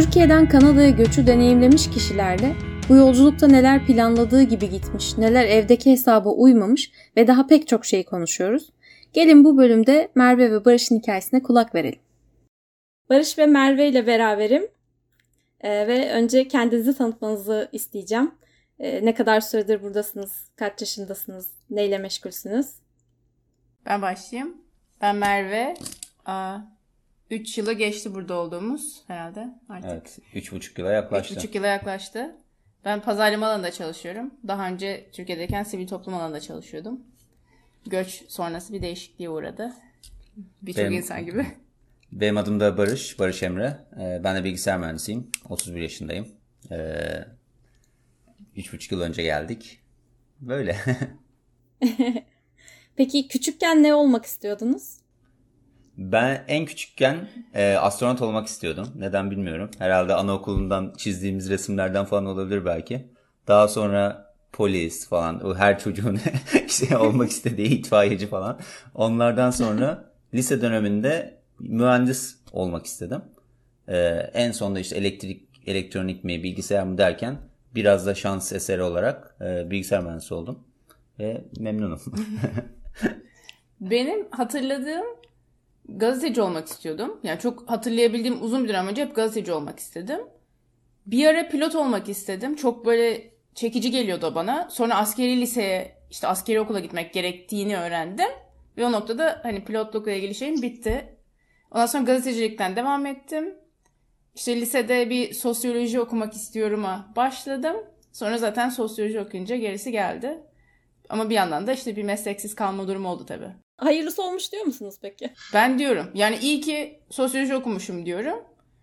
Türkiye'den Kanada'ya göçü deneyimlemiş kişilerle bu yolculukta neler planladığı gibi gitmiş, neler evdeki hesaba uymamış ve daha pek çok şey konuşuyoruz. Gelin bu bölümde Merve ve Barış'ın hikayesine kulak verelim. Barış ve Merve ile beraberim ve önce kendinizi tanıtmanızı isteyeceğim. Ne kadar süredir buradasınız, kaç yaşındasınız, neyle meşgulsünüz? Ben başlayayım. Ben Merve. 3 yılı geçti burada olduğumuz herhalde artık. Evet, 3,5 yıla yaklaştı. 3,5 yıla yaklaştı. Ben pazarlama alanında çalışıyorum. Daha önce Türkiye'deyken sivil toplum alanında çalışıyordum. Göç sonrası bir değişikliğe uğradı. Birçok insan gibi. Benim adım da Barış Emre. Ben de bilgisayar mühendisiyim. 31 yaşındayım. 3,5 yıl önce geldik. Böyle. Peki küçükken ne olmak istiyordunuz? Ben en küçükken astronot olmak istiyordum. Neden bilmiyorum. Herhalde anaokulundan çizdiğimiz resimlerden falan olabilir belki. Daha sonra polis falan. O her çocuğun olmak istediği itfaiyeci falan. Onlardan sonra lise döneminde mühendis olmak istedim. En sonunda işte elektronik mi, bilgisayar mı derken biraz da şans eseri olarak bilgisayar mühendisi oldum. Ve memnunum. Benim hatırladığım gazeteci olmak istiyordum. Yani çok hatırlayabildiğim uzun bir dönem önce hep gazeteci olmak istedim. Bir ara pilot olmak istedim. Çok böyle çekici geliyordu bana. Sonra askeri liseye, işte askeri okula gitmek gerektiğini öğrendim. Ve o noktada hani pilotlukla ilgili şeyim bitti. Ondan sonra gazetecilikten devam ettim. İşte lisede bir sosyoloji okumak istiyorum'a başladım. Sonra zaten sosyoloji okuyunca gerisi geldi. Ama bir yandan da işte bir mesleksiz kalma durumu oldu tabii. Hayırlısı olmuş diyor musunuz peki? Ben diyorum. Yani iyi ki sosyoloji okumuşum diyorum.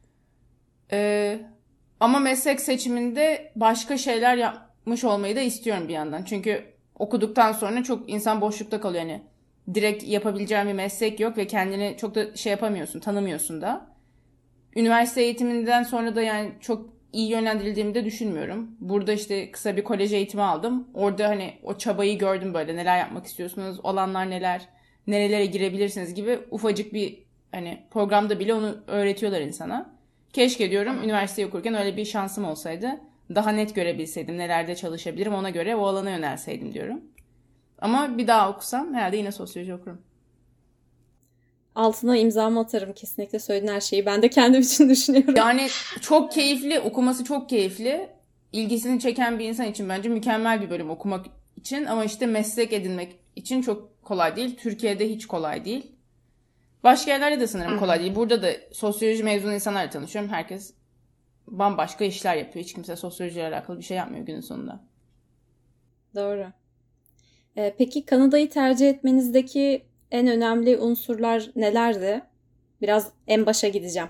Ama meslek seçiminde başka şeyler yapmış olmayı da istiyorum bir yandan. Çünkü okuduktan sonra çok insan boşlukta kalıyor. Yani direkt yapabileceğin bir meslek yok ve kendini çok da şey yapamıyorsun, tanımıyorsun da. Üniversite eğitiminden sonra da yani çok iyi yönlendirildiğimi de düşünmüyorum. Burada işte kısa bir kolej eğitimi aldım. Orada hani o çabayı gördüm böyle. Neler yapmak istiyorsunuz, olanlar neler, nerelere girebilirsiniz gibi ufacık bir hani programda bile onu öğretiyorlar insana. Keşke diyorum üniversiteyi okurken öyle bir şansım olsaydı. Daha net görebilseydim nelerde çalışabilirim, ona göre o alana yönelseydim diyorum. Ama bir daha okusam herhalde yine sosyoloji okurum. Altına imzamı atarım, kesinlikle söylediğin her şeyi. Ben de kendim için düşünüyorum. Yani çok keyifli, okuması çok keyifli. İlgisini çeken bir insan için bence mükemmel bir bölüm okumak için. Ama işte meslek edinmek için çok kolay değil. Türkiye'de hiç kolay değil. Başka yerlerde de sanırım kolay değil. Burada da sosyoloji mezunu insanlarla tanışıyorum. Herkes bambaşka işler yapıyor. Hiç kimse sosyolojiyle alakalı bir şey yapmıyor günün sonunda. Doğru. Peki Kanada'yı tercih etmenizdeki en önemli unsurlar nelerdi? Biraz en başa gideceğim.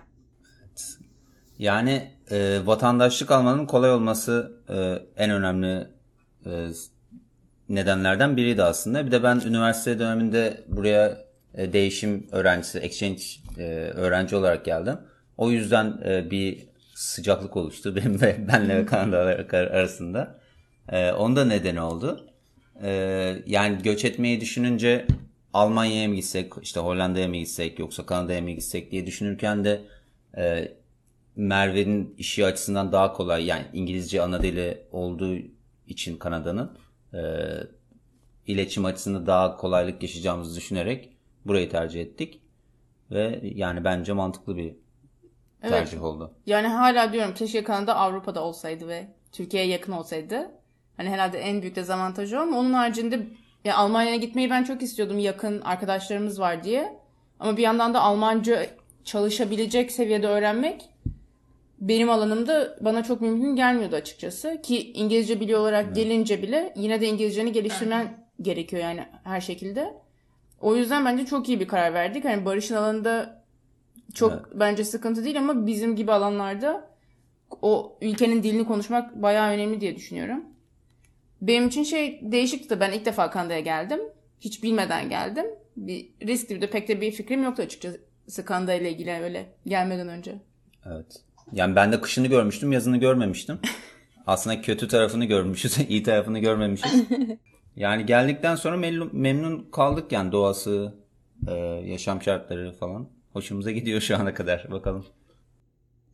Yani vatandaşlık almanın kolay olması en önemli nedenlerden biriydi aslında. Bir de ben üniversite döneminde buraya değişim öğrencisi, exchange öğrenci olarak geldim. O yüzden bir sıcaklık oluştu benle ve Kanadalılar arasında. Onun da nedeni oldu. Yani göç etmeyi düşününce Almanya'ya mı gitsek, işte Hollanda'ya mı gitsek, yoksa Kanada'ya mı gitsek diye düşünürken de Merve'nin işi açısından daha kolay, yani İngilizce ana dili olduğu için Kanada'nın iletişim açısından daha kolaylık yaşayacağımızı düşünerek burayı tercih ettik ve yani bence mantıklı bir tercih oldu. Yani hala diyorum keşke Kanada Avrupa'da olsaydı ve Türkiye'ye yakın olsaydı. Hani herhalde en büyük dezavantajı o, ama onun haricinde ya Almanya'ya gitmeyi ben çok istiyordum, yakın arkadaşlarımız var diye. Ama bir yandan da Almanca çalışabilecek seviyede öğrenmek benim alanımda bana çok mümkün gelmiyordu açıkçası. Ki İngilizce biliyor olarak gelince bile yine de İngilizceni geliştirmen gerekiyor yani her şekilde. O yüzden bence çok iyi bir karar verdik. Hani Barış'ın alanında çok bence sıkıntı değil ama bizim gibi alanlarda o ülkenin dilini konuşmak bayağı önemli diye düşünüyorum. Benim için değişikti de ben ilk defa Kanada'ya geldim. Hiç bilmeden geldim. Bir riskli, bir de pek de bir fikrim yoktu açıkçası Kanada ile ilgili öyle gelmeden önce. Evet. Yani ben de kışını görmüştüm, yazını görmemiştim. Aslında kötü tarafını görmüşüz, iyi tarafını görmemişiz. Yani geldikten sonra memnun kaldık, yani doğası, yaşam şartları falan. Hoşumuza gidiyor şu ana kadar, bakalım.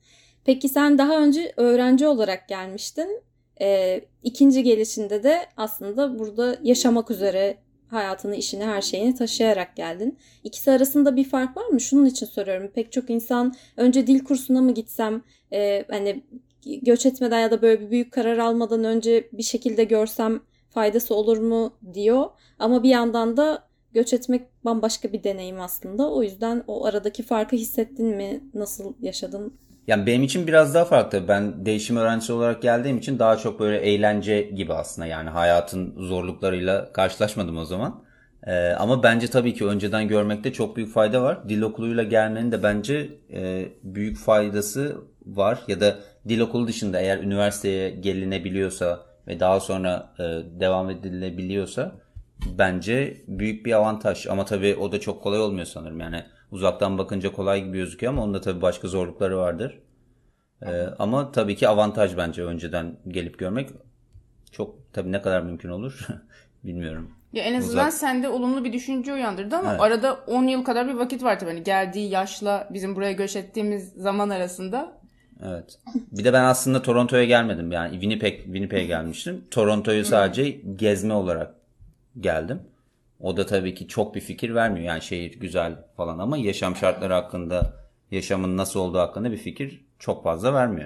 Peki sen daha önce öğrenci olarak gelmiştin. İkinci gelişinde de aslında burada yaşamak üzere hayatını, işini, her şeyini taşıyarak geldin. İkisi arasında bir fark var mı? Şunun için soruyorum. Pek çok insan önce dil kursuna mı gitsem, hani göç etmeden ya da böyle bir büyük karar almadan önce bir şekilde görsem faydası olur mu diyor. Ama bir yandan da göç etmek bambaşka bir deneyim aslında. O yüzden o aradaki farkı hissettin mi? Nasıl yaşadın? Yani benim için biraz daha farklı. Ben değişim öğrencisi olarak geldiğim için daha çok böyle eğlence gibi aslında. Yani hayatın zorluklarıyla karşılaşmadım o zaman. Ama bence tabii ki önceden görmekte çok büyük fayda var. Dil okuluyla gelmenin de bence büyük faydası var. Ya da dil okulu dışında eğer üniversiteye gelinebiliyorsa ve daha sonra devam edilebiliyorsa bence büyük bir avantaj. Ama tabii o da çok kolay olmuyor sanırım. Yani uzaktan bakınca kolay gibi gözüküyor ama onun da tabii başka zorlukları vardır. Ama tabii ki avantaj bence önceden gelip görmek. Çok tabii ne kadar mümkün olur bilmiyorum. Ya en azından sende olumlu bir düşünce uyandırdı ama arada 10 yıl kadar bir vakit var tabii. Hani geldiği yaşla bizim buraya göç ettiğimiz zaman arasında. Evet. Bir de ben aslında Toronto'ya gelmedim. Yani Winnipeg'e gelmiştim. Toronto'yu sadece gezme olarak geldim. O da tabii ki çok bir fikir vermiyor. Yani şehir güzel falan ama yaşam şartları hakkında, yaşamın nasıl olduğu hakkında bir fikir çok fazla vermiyor.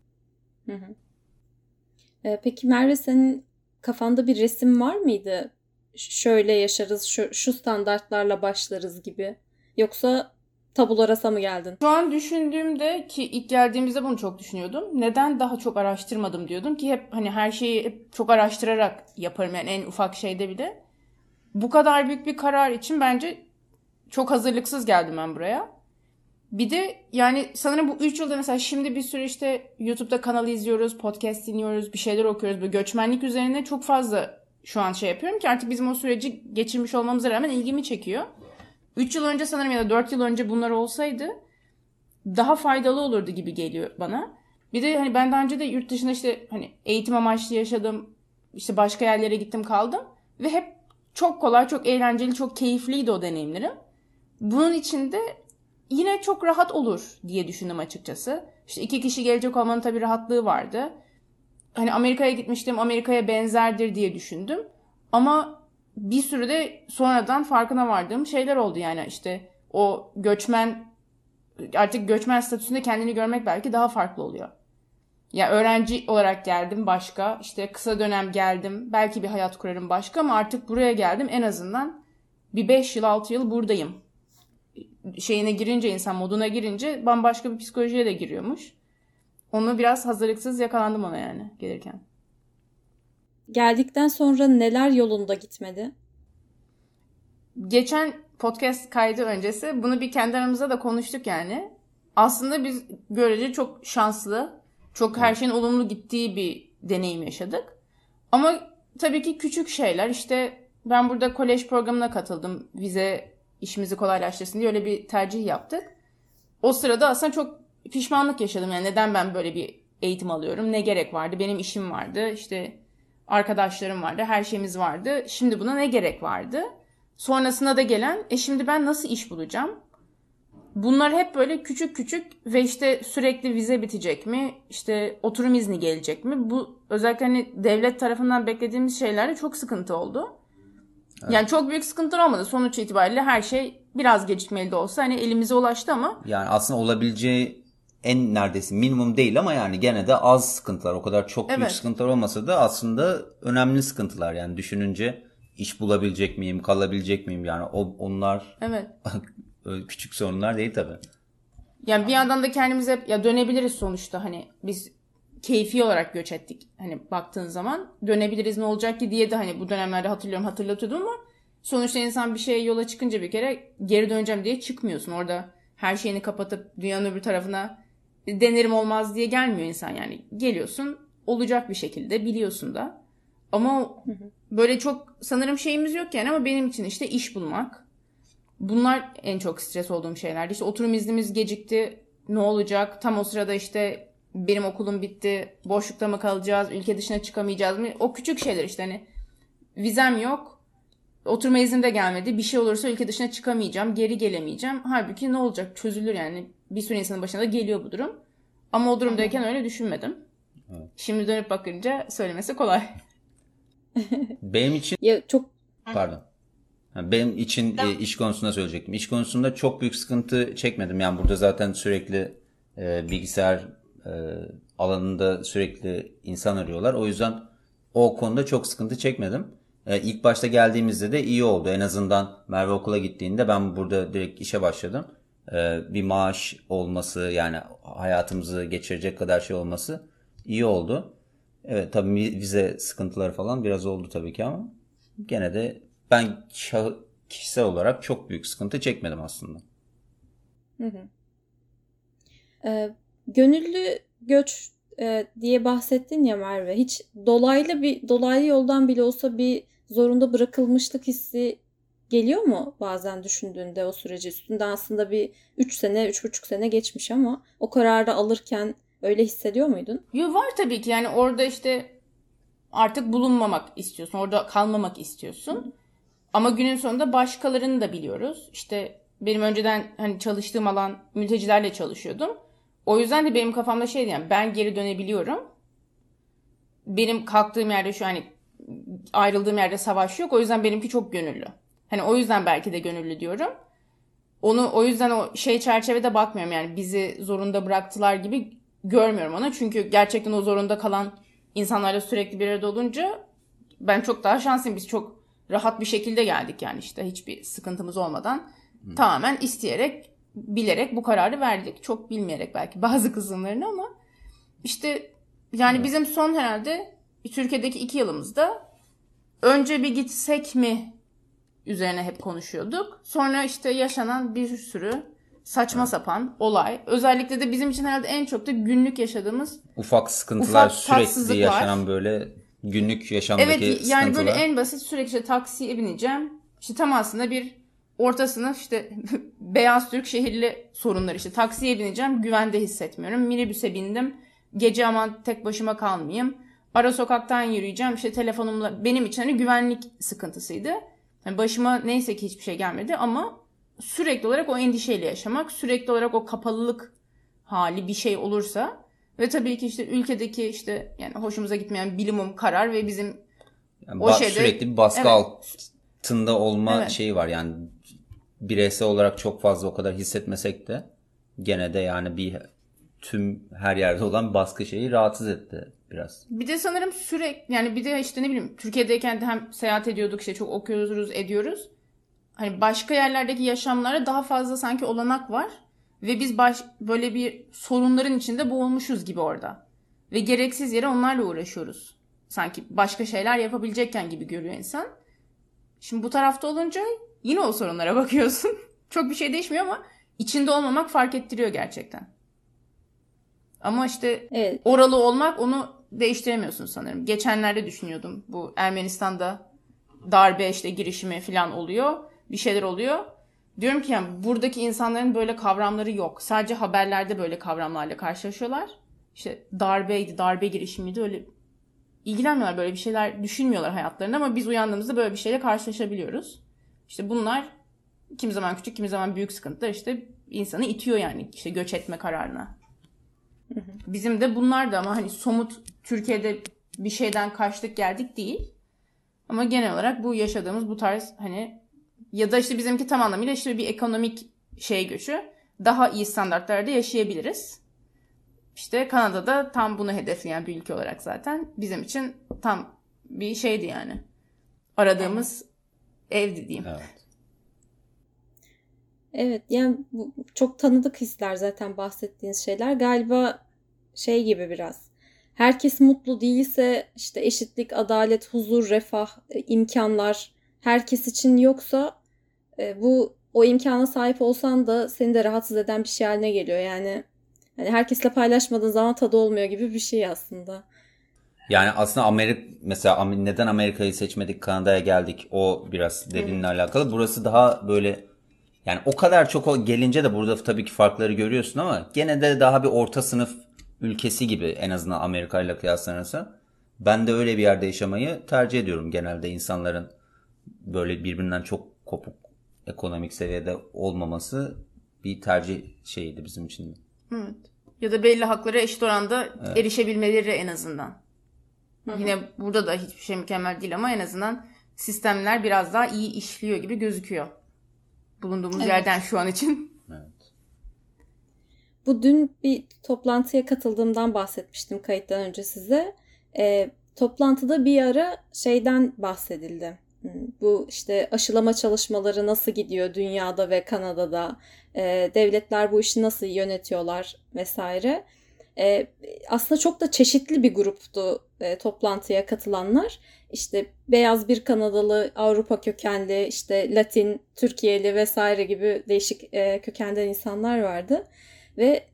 Peki Merve, senin kafanda bir resim var mıydı? Şöyle yaşarız, şu standartlarla başlarız gibi. Yoksa tabula rasa mı geldin? Şu an düşündüğümde, ki ilk geldiğimizde bunu çok düşünüyordum. Neden daha çok araştırmadım diyordum ki hep hani her şeyi hep çok araştırarak yaparım yani en ufak şeyde bile. Bu kadar büyük bir karar için bence çok hazırlıksız geldim ben buraya. Bir de yani sanırım bu 3 yılda mesela şimdi bir sürü işte YouTube'da kanalı izliyoruz, podcast dinliyoruz, bir şeyler okuyoruz. Böyle göçmenlik üzerine çok fazla şu an şey yapıyorum ki artık bizim o süreci geçirmiş olmamıza rağmen ilgimi çekiyor. 3 yıl önce sanırım ya da 4 yıl önce bunlar olsaydı daha faydalı olurdu gibi geliyor bana. Bir de hani ben daha önce de yurt dışında işte hani eğitim amaçlı yaşadım. İşte başka yerlere gittim kaldım. Ve hep çok kolay, çok eğlenceli, çok keyifliydi o deneyimlerim. Bunun içinde yine çok rahat olur diye düşündüm açıkçası. İşte 2 kişi gelecek olmanın tabii rahatlığı vardı. Hani Amerika'ya gitmiştim, Amerika'ya benzerdir diye düşündüm. Ama bir sürü de sonradan farkına vardığım şeyler oldu yani işte o artık göçmen statüsünde kendini görmek belki daha farklı oluyor. Ya öğrenci olarak geldim başka, işte kısa dönem geldim, belki bir hayat kurarım başka ama artık buraya geldim en azından bir 5 yıl 6 yıl buradayım. Şeyine girince, insan moduna girince bambaşka bir psikolojiye de giriyormuş. Onu biraz hazırlıksız yakalandım ona yani gelirken. Geldikten sonra neler yolunda gitmedi? Geçen podcast kaydı öncesi bunu bir kendi aramızda da konuştuk yani. Aslında biz görece çok şanslı, çok her şeyin olumlu gittiği bir deneyim yaşadık. Ama tabii ki küçük şeyler, işte ben burada kolej programına katıldım. Vize işimizi kolaylaştırsın diye öyle bir tercih yaptık. O sırada aslında çok pişmanlık yaşadım. Yani neden ben böyle bir eğitim alıyorum? Ne gerek vardı? Benim işim vardı. İşte arkadaşlarım vardı. Her şeyimiz vardı. Şimdi buna ne gerek vardı? Sonrasında da gelen şimdi ben nasıl iş bulacağım? Bunlar hep böyle küçük küçük ve işte sürekli vize bitecek mi? İşte oturum izni gelecek mi? Bu özellikle hani devlet tarafından beklediğimiz şeylerde çok sıkıntı oldu. Evet. Yani çok büyük sıkıntılar olmadı. Sonuç itibariyle her şey biraz gecikmeli de olsa hani elimize ulaştı ama. Yani aslında olabileceği en neredeyse minimum değil ama yani gene de az sıkıntılar. O kadar çok büyük sıkıntılar olmasa da aslında önemli sıkıntılar. Yani düşününce iş bulabilecek miyim, kalabilecek miyim? Yani onlar küçük sorunlar değil tabii. Yani bir yandan da kendimize ya dönebiliriz sonuçta, hani biz keyfi olarak göç ettik. Hani baktığın zaman dönebiliriz, ne olacak ki diye de hani bu dönemlerde hatırlatıyordum ama sonuçta insan bir şeye yola çıkınca bir kere geri döneceğim diye çıkmıyorsun. Orada her şeyini kapatıp dünyanın öbür tarafına denerim olmaz diye gelmiyor insan yani. Geliyorsun, olacak bir şekilde biliyorsun da. Ama böyle çok sanırım şeyimiz yok yani, ama benim için işte iş bulmak. Bunlar en çok stres olduğum şeylerdi. İşte oturum iznimiz gecikti. Ne olacak? Tam o sırada işte benim okulum bitti. Boşlukta mı kalacağız? Ülke dışına çıkamayacağız mı? O küçük şeyler işte, hani vizem yok. Oturma iznim de gelmedi. Bir şey olursa ülke dışına çıkamayacağım. Geri gelemeyeceğim. Halbuki ne olacak? Çözülür yani. Bir sürü insanın başına da geliyor bu durum. Ama o durumdayken öyle düşünmedim. Evet. Şimdi dönüp bakınca söylemesi kolay. Benim için Ya çok pardon. Benim için iş konusunda söyleyecektim. İş konusunda çok büyük sıkıntı çekmedim. Yani burada zaten sürekli bilgisayar alanında sürekli insan arıyorlar. O yüzden o konuda çok sıkıntı çekmedim. İlk başta geldiğimizde de iyi oldu. En azından Merve okula gittiğinde ben burada direkt işe başladım. Bir maaş olması, yani hayatımızı geçirecek kadar şey olması iyi oldu. Evet, tabii vize sıkıntıları falan biraz oldu tabii ki ama gene de ben kişisel olarak çok büyük sıkıntı çekmedim aslında. gönüllü göç diye bahsettin ya Merve. Hiç dolaylı yoldan bile olsa bir zorunda bırakılmışlık hissi geliyor mu bazen düşündüğünde o süreci? Üstünden aslında bir 3 sene, 3,5 sene geçmiş ama o kararı alırken öyle hissediyor muydun? Yo, var tabii ki, yani orada işte artık bulunmamak istiyorsun. Orada kalmamak istiyorsun. Ama günün sonunda başkalarını da biliyoruz. İşte benim önceden hani çalıştığım alan mültecilerle çalışıyordum. O yüzden de benim kafamda şeydi, yani ben geri dönebiliyorum. Benim kalktığım yerde şu hani ayrıldığım yerde savaş yok. O yüzden benimki çok gönüllü. Hani o yüzden belki de gönüllü diyorum. O yüzden o şey çerçevede bakmıyorum, yani bizi zorunda bıraktılar gibi görmüyorum ona. Çünkü gerçekten o zorunda kalan insanlarla sürekli bir arada olunca ben çok daha şanslıyım. Biz çok rahat bir şekilde geldik, yani işte hiçbir sıkıntımız olmadan. Tamamen isteyerek, bilerek bu kararı verdik. Çok bilmeyerek belki bazı kısımlarını, ama işte yani bizim son herhalde Türkiye'deki 2 yılımızda önce bir gitsek mi üzerine hep konuşuyorduk. Sonra işte yaşanan bir sürü saçma sapan olay. Özellikle de bizim için herhalde en çok da günlük yaşadığımız Ufak sıkıntılar, sürekli tatsızlıklar. yaşanan böyle günlük yaşamdaki Evet, yani sıkıntılar. böyle en basit, sürekli işte taksiye bineceğim. İşte tam aslında bir orta sınıf işte beyaz Türk şehirli sorunlar işte. Taksiye bineceğim, güvende hissetmiyorum. Minibüse bindim, gece aman tek başıma kalmayayım. Ara sokaktan yürüyeceğim, işte telefonumla, benim için hani güvenlik sıkıntısıydı. Yani başıma neyse ki hiçbir şey gelmedi ama sürekli olarak o endişeyle yaşamak, sürekli olarak o kapalılık hali bir şey olursa ve tabii ki işte ülkedeki işte yani hoşumuza gitmeyen bilimum karar ve bizim Yani o şeyde sürekli bir baskı altında olma Evet. şeyi var. Yani bireysel olarak çok fazla o kadar hissetmesek de gene de yani tüm her yerde olan baskı şeyi rahatsız etti biraz. Bir de sanırım sürekli, yani bir de işte ne bileyim, Türkiye'deyken de hem seyahat ediyorduk, işte çok okuyoruz, ediyoruz. Hani başka yerlerdeki yaşamlara daha fazla sanki olanak var ve biz böyle bir sorunların içinde boğulmuşuz gibi orada. Ve gereksiz yere onlarla uğraşıyoruz. Sanki başka şeyler yapabilecekken gibi görüyor insan. Şimdi bu tarafta olunca yine o sorunlara bakıyorsun. Çok bir şey değişmiyor ama içinde olmamak fark ettiriyor gerçekten. Ama işte Evet. oralı olmak, onu değiştiremiyorsun sanırım. Geçenlerde düşünüyordum. Bu Ermenistan'da darbe işte girişimi falan oluyor. Bir şeyler oluyor. Diyorum ki yani buradaki insanların böyle kavramları yok. Sadece haberlerde böyle kavramlarla karşılaşıyorlar. İşte darbeydi, darbe girişimiydi, öyle ilgilenmiyorlar, böyle bir şeyler düşünmüyorlar hayatlarında, ama biz uyandığımızda böyle bir şeyle karşılaşabiliyoruz. İşte bunlar kimi zaman küçük, kimi zaman büyük sıkıntılar işte insanı itiyor yani işte göç etme kararına. Bizim de bunlar da, ama hani somut Türkiye'de bir şeyden kaçtık geldik değil. Ama genel olarak bu yaşadığımız bu tarz hani, ya da işte bizimki tam anlamıyla işte bir ekonomik şey göçü, daha iyi standartlarda yaşayabiliriz. İşte Kanada'da tam bunu hedefleyen bir ülke olarak zaten bizim için tam bir şeydi yani. Aradığımız evdi diyeyim. Evet. Evet, yani bu çok tanıdık hisler zaten bahsettiğiniz şeyler. Galiba şey gibi biraz. Herkes mutlu değilse işte eşitlik, adalet, huzur, refah, imkanlar herkes için yoksa o imkana sahip olsan da seni de rahatsız eden bir şey haline geliyor. Yani hani herkesle paylaşmadığın zaman tadı olmuyor gibi bir şey aslında. Yani aslında mesela neden Amerika'yı seçmedik, Kanada'ya geldik, o biraz dediğinle alakalı. Burası daha böyle, yani o kadar çok gelince de burada tabii ki farkları görüyorsun ama gene de daha bir orta sınıf ülkesi gibi, en azından Amerika ile kıyaslanırsa. Ben de öyle bir yerde yaşamayı tercih ediyorum. Genelde insanların böyle birbirinden çok kopuk ekonomik seviyede olmaması bir tercih şeyiydi bizim için de. Evet. Ya da belli haklara eşit oranda erişebilmeleri en azından. Yine burada da hiçbir şey mükemmel değil ama en azından sistemler biraz daha iyi işliyor gibi gözüküyor. Bulunduğumuz yerden şu an için. Evet. Bu dün bir toplantıya katıldığımdan bahsetmiştim kayıttan önce size. Toplantıda bir ara şeyden bahsedildi. Bu işte aşılama çalışmaları nasıl gidiyor dünyada ve Kanada'da, devletler bu işi nasıl yönetiyorlar vesaire. Aslında çok da çeşitli bir gruptu toplantıya katılanlar. İşte beyaz bir Kanadalı, Avrupa kökenli, işte Latin, Türkiye'li vesaire gibi değişik kökenden insanlar vardı. Ve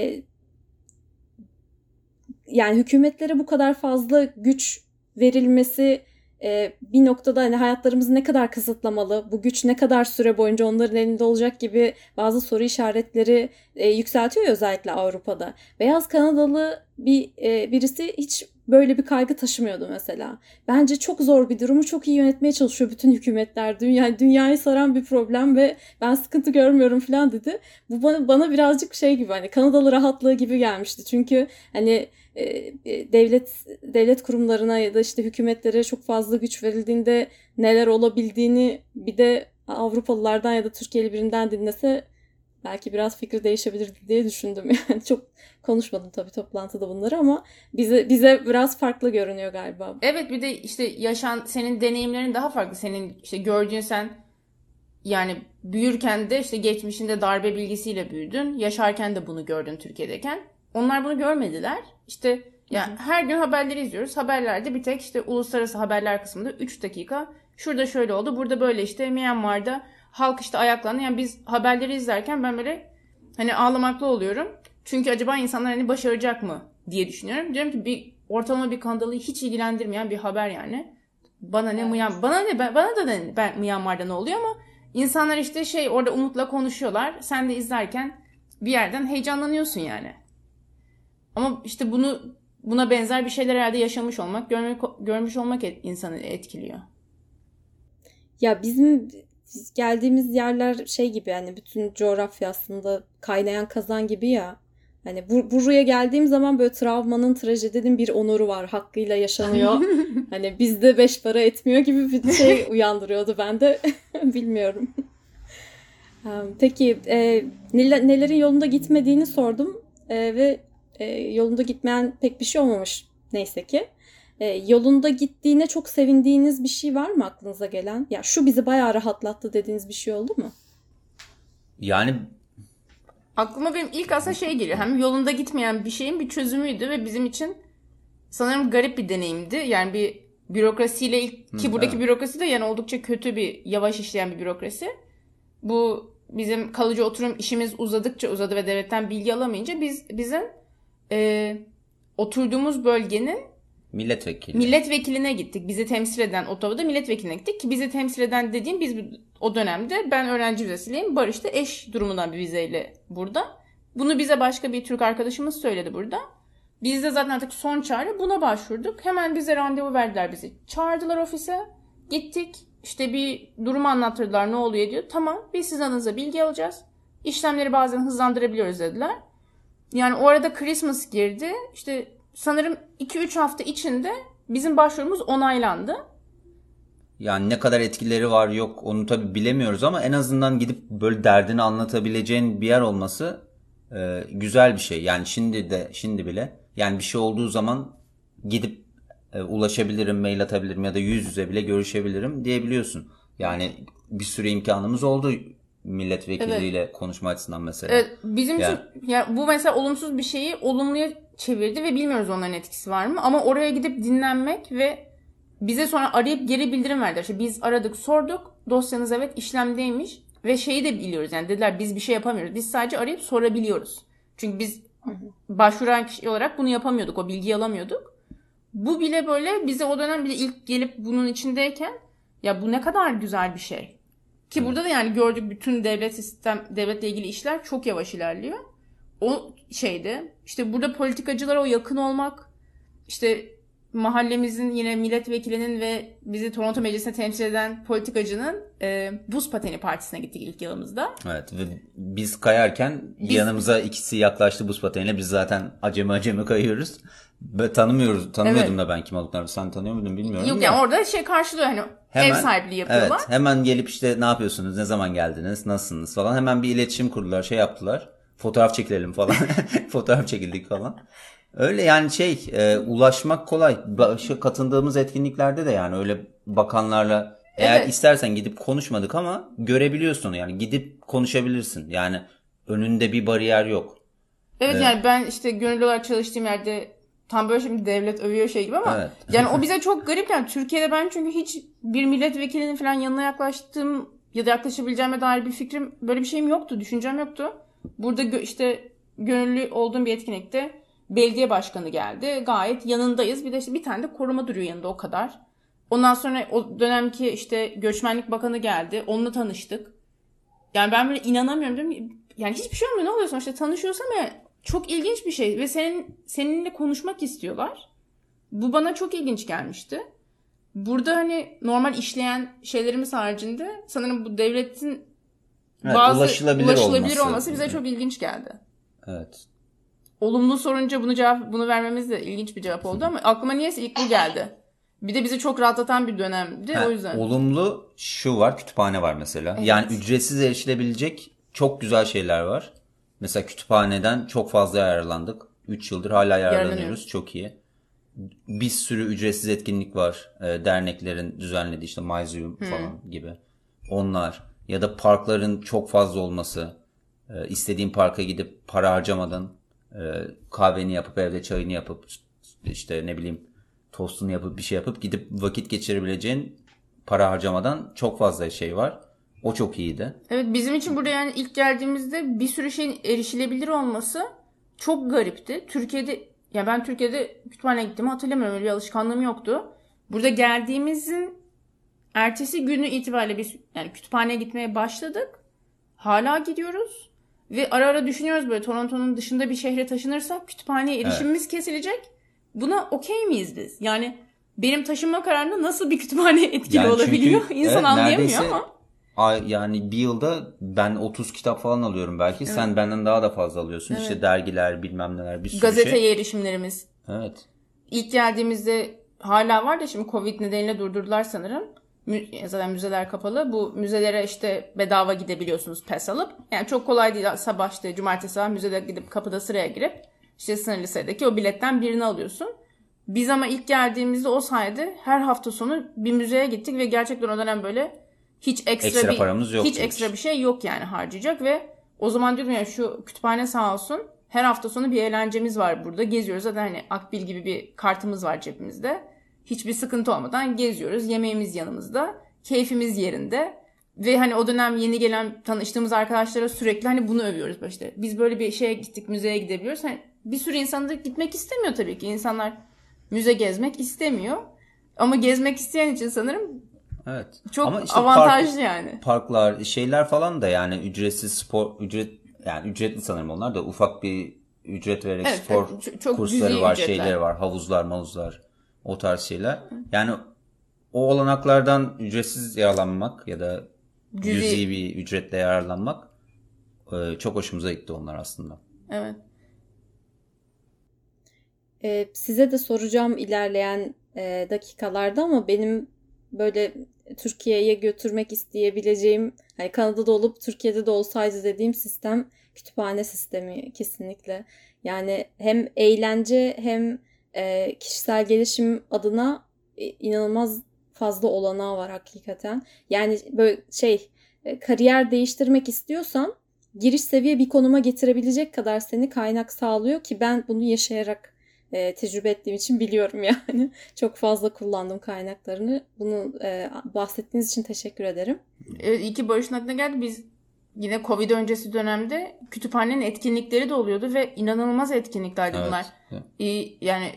yani hükümetlere bu kadar fazla güç verilmesi bir noktada hani hayatlarımızı ne kadar kısıtlamalı, bu güç ne kadar süre boyunca onların elinde olacak gibi bazı soru işaretleri yükseltiyor ya özellikle Avrupa'da. Beyaz Kanadalı birisi hiç böyle bir kaygı taşımıyordu mesela. Bence çok zor bir durumu çok iyi yönetmeye çalışıyor bütün hükümetler. Dünyayı saran bir problem ve ben sıkıntı görmüyorum falan dedi. Bu bana birazcık şey gibi hani Kanadalı rahatlığı gibi gelmişti. Çünkü hani devlet kurumlarına ya da işte hükümetlere çok fazla güç verildiğinde neler olabildiğini bir de Avrupalılardan ya da Türkiye'li birinden dinlese belki biraz fikri değişebilirdi diye düşündüm. Yani çok konuşmadım tabii toplantıda bunları ama bize biraz farklı görünüyor galiba. Evet, bir de işte senin deneyimlerin daha farklı. Senin işte gördüğün sen yani büyürken de işte geçmişinde darbe bilgisiyle büyüdün. Yaşarken de bunu gördün Türkiye'deyken. Onlar bunu görmediler. İşte ya her gün haberleri izliyoruz. Haberlerde bir tek işte uluslararası haberler kısmında 3 dakika şurada şöyle oldu, burada böyle işte Myanmar'da halk işte ayaklandı. Yani biz haberleri izlerken ben böyle hani ağlamaklı oluyorum. Çünkü acaba insanlar hani başaracak mı diye düşünüyorum. Diyorum ki ortalama bir Kanadalı hiç ilgilendirmeyen bir haber yani. Bana ne bana da ben Myanmar'da ne oluyor ama insanlar işte orada umutla konuşuyorlar. Sen de izlerken bir yerden heyecanlanıyorsun yani. Ama işte buna benzer bir şeyler herhalde yaşamış olmak, görmüş olmak insanı etkiliyor. Ya bizim geldiğimiz yerler şey gibi yani bütün coğrafya aslında kaynayan kazan gibi ya. Hani buraya geldiğim zaman böyle travmanın, trajedinin bir onuru var. Hakkıyla yaşanıyor. Hani bizde 5 para etmiyor gibi bir şey uyandırıyordu bende. Bilmiyorum. Peki nelerin yolunda gitmediğini sordum. Ve yolunda gitmeyen pek bir şey olmamış neyse ki. Yolunda gittiğine çok sevindiğiniz bir şey var mı aklınıza gelen? Ya şu bizi bayağı rahatlattı dediğiniz bir şey oldu mu? Yani aklıma benim ilk aslında geliyor. Hem yolunda gitmeyen bir şeyin bir çözümüydü ve bizim için sanırım garip bir deneyimdi. Yani bir bürokrasiyle ki buradaki bürokrasi de yani oldukça kötü bir yavaş işleyen bir bürokrasi. Bu bizim kalıcı oturum işimiz uzadıkça uzadı ve devletten bilgi alamayınca bizim oturduğumuz bölgenin milletvekiline gittik. Bizi temsil eden Ottawa'da milletvekiline gittik ki bizi temsil eden dediğim biz o dönemde ben öğrenci vizesiyleyim. Barış da eş durumundan bir vizeyle burada. Bunu bize başka bir Türk arkadaşımız söyledi burada. Biz de zaten artık son çare buna başvurduk. Hemen bize randevu verdiler bizi. Çağırdılar ofise. Gittik. İşte bir durumu anlattırdılar ne oluyor diyor. Tamam biz sizin adınıza bilgi alacağız. İşlemleri bazen hızlandırabiliyoruz dediler. Yani o arada Christmas girdi. İşte sanırım 2-3 hafta içinde bizim başvurumuz onaylandı. Yani ne kadar etkileri var yok onu tabii bilemiyoruz ama en azından gidip böyle derdini anlatabileceğin bir yer olması güzel bir şey. Yani şimdi bile yani bir şey olduğu zaman gidip ulaşabilirim, mail atabilirim ya da yüz yüze bile görüşebilirim diyebiliyorsun. Yani bir sürü imkanımız oldu milletvekiliyle konuşma açısından mesela. Evet, bizim için yani bu mesela olumsuz bir şeyi olumluya çevirdi ve bilmiyoruz onların etkisi var mı? Ama oraya gidip dinlenmek ve bize sonra arayıp geri bildirim verdiler. İşte biz aradık, sorduk. Dosyanız evet işlemdeymiş ve şeyi de biliyoruz. Yani dediler biz bir şey yapamıyoruz. Biz sadece arayıp sorabiliyoruz. Çünkü biz başvuran kişi olarak bunu yapamıyorduk. O bilgiyi alamıyorduk. Bu bile böyle bize o dönem bile ilk gelip bunun içindeyken ya bu ne kadar güzel bir şey. Ki burada da yani gördük bütün devletle ilgili işler çok yavaş ilerliyor. O işte burada politikacılara o yakın olmak, işte mahallemizin yine milletvekilinin ve bizi Toronto Meclisi'ne temsil eden politikacının buz pateni partisine gittik ilk yılımızda. Evet ve biz kayarken yanımıza ikisi yaklaştı buz pateniyle. Biz zaten acemi kayıyoruz. Tanımıyordum da ben kim olduklarını. Sen tanıyor muydun bilmiyorum. Yok yani orada karşılıyor hani ev sahipliği yapıyorlar. Evet, hemen gelip işte ne yapıyorsunuz, ne zaman geldiniz, nasılsınız falan. Hemen bir iletişim kurdular, yaptılar. Fotoğraf çekilelim falan. Fotoğraf çekildik falan. Öyle yani ulaşmak kolay. Şu katıldığımız etkinliklerde de yani öyle bakanlarla eğer istersen gidip konuşmadık ama görebiliyorsun yani gidip konuşabilirsin. Yani önünde bir bariyer yok. Evet yani ben işte gönüllü olarak çalıştığım yerde tam böyle şimdi devlet övüyor gibi ama yani o bize çok garip yani Türkiye'de ben çünkü hiç bir milletvekilinin falan yanına yaklaştığım ya da yaklaşabileceğime dair bir fikrim böyle bir şeyim yoktu, düşüncem yoktu. Burada işte gönüllü olduğum bir etkinlikte belediye başkanı geldi. Gayet yanındayız. Bir de işte bir tane de koruma duruyor yanında o kadar. Ondan sonra o dönemki işte göçmenlik bakanı geldi. Onunla tanıştık. Yani ben böyle inanamıyorum değil mi? Yani hiçbir şey olmuyor. Ne oluyor sonuçta tanışıyorsam ya çok ilginç bir şey ve seninle konuşmak istiyorlar. Bu bana çok ilginç gelmişti. Burada hani normal işleyen şeylerimiz haricinde sanırım bu devletin bazı ulaşılabilir olması bize çok ilginç geldi. Evet. Olumlu sorunca bunu vermemiz de ilginç bir cevap oldu ama aklıma niyeyse ilk bu geldi. Bir de bizi çok rahatlatan bir dönemdi o yüzden. Olumlu şu var, kütüphane var mesela. Evet. Yani ücretsiz erişilebilecek çok güzel şeyler var. Mesela kütüphaneden çok fazla yararlandık. 3 yıldır hala yararlanıyoruz. Çok iyi. Bir sürü ücretsiz etkinlik var. Derneklerin düzenlediği işte MyZoom falan gibi. Onlar ya da parkların çok fazla olması. İstediğin parka gidip para harcamadan kahveni yapıp evde çayını yapıp işte ne bileyim tostunu yapıp bir şey yapıp gidip vakit geçirebileceğin para harcamadan çok fazla şey var. O çok iyiydi. Evet bizim için burada yani ilk geldiğimizde bir sürü şeyin erişilebilir olması çok garipti. Ben Türkiye'de kütüphaneye gittiğimi hatırlamıyorum. Öyle bir alışkanlığım yoktu. Burada geldiğimizin ertesi günü itibariyle biz yani kütüphaneye gitmeye başladık. Hala gidiyoruz. Ve ara ara düşünüyoruz böyle Toronto'nun dışında bir şehre taşınırsak kütüphaneye erişimimiz kesilecek. Buna okey miyiz biz? Yani benim taşınma kararında nasıl bir kütüphane etkili olabiliyor? İnsan anlayamıyor ama. Yani bir yılda ben 30 kitap falan alıyorum belki. Evet. Sen benden daha da fazla alıyorsun. Evet. İşte dergiler bilmem neler bir sürü Gazeteye erişimlerimiz. Evet. İlk geldiğimizde hala var da şimdi Covid nedeniyle durdurdular sanırım. Zaten müzeler kapalı. Bu müzelere işte bedava gidebiliyorsunuz pass alıp. Yani çok kolay değil. Sabah işte cumartesi sabah müzede gidip kapıda sıraya girip işte sınırlı sayıdaki o biletten birini alıyorsun. Biz ama ilk geldiğimizde o sayede her hafta sonu bir müzeye gittik ve gerçekten o dönem böyle hiç ekstra paramız yok. Hiç ekstra bir şey yok yani harcayacak ve o zaman diyordum ya şu kütüphane sağ olsun her hafta sonu bir eğlencemiz var burada. Geziyoruz zaten hani Akbil gibi bir kartımız var cebimizde. Hiçbir sıkıntı olmadan geziyoruz. Yemeğimiz yanımızda. Keyfimiz yerinde. Ve hani o dönem yeni gelen tanıştığımız arkadaşlara sürekli hani bunu övüyoruz. İşte biz böyle bir şeye gittik, müzeye gidebiliyoruz. Hani bir sürü insan da gitmek istemiyor tabii ki. İnsanlar müze gezmek istemiyor. Ama gezmek isteyen için sanırım çok ama işte avantajlı yani. Parklar, şeyler falan da yani ücretsiz yani ücretli sanırım onlar da ufak bir ücret vererek spor çok kursları var, şeyleri var, havuzlar. O tarz şeyler. Yani o olanaklardan ücretsiz yararlanmak ya da cüzi bir ücretle yararlanmak çok hoşumuza gitti onlar aslında. Evet. Size de soracağım ilerleyen dakikalarda ama benim böyle Türkiye'ye götürmek isteyebileceğim, hani Kanada'da olup Türkiye'de de olsaydı dediğim sistem kütüphane sistemi kesinlikle. Yani hem eğlence hem kişisel gelişim adına inanılmaz fazla olanağı var hakikaten. Yani böyle kariyer değiştirmek istiyorsan giriş seviye bir konuma getirebilecek kadar seni kaynak sağlıyor ki ben bunu yaşayarak tecrübe ettiğim için biliyorum yani. Çok fazla kullandım kaynaklarını. Bunu bahsettiğiniz için teşekkür ederim. Evet, iyi ki Barış'ın aklına geldi. Biz yine Covid öncesi dönemde kütüphanenin etkinlikleri de oluyordu ve inanılmaz etkinliklerdi bunlar. Evet. Yani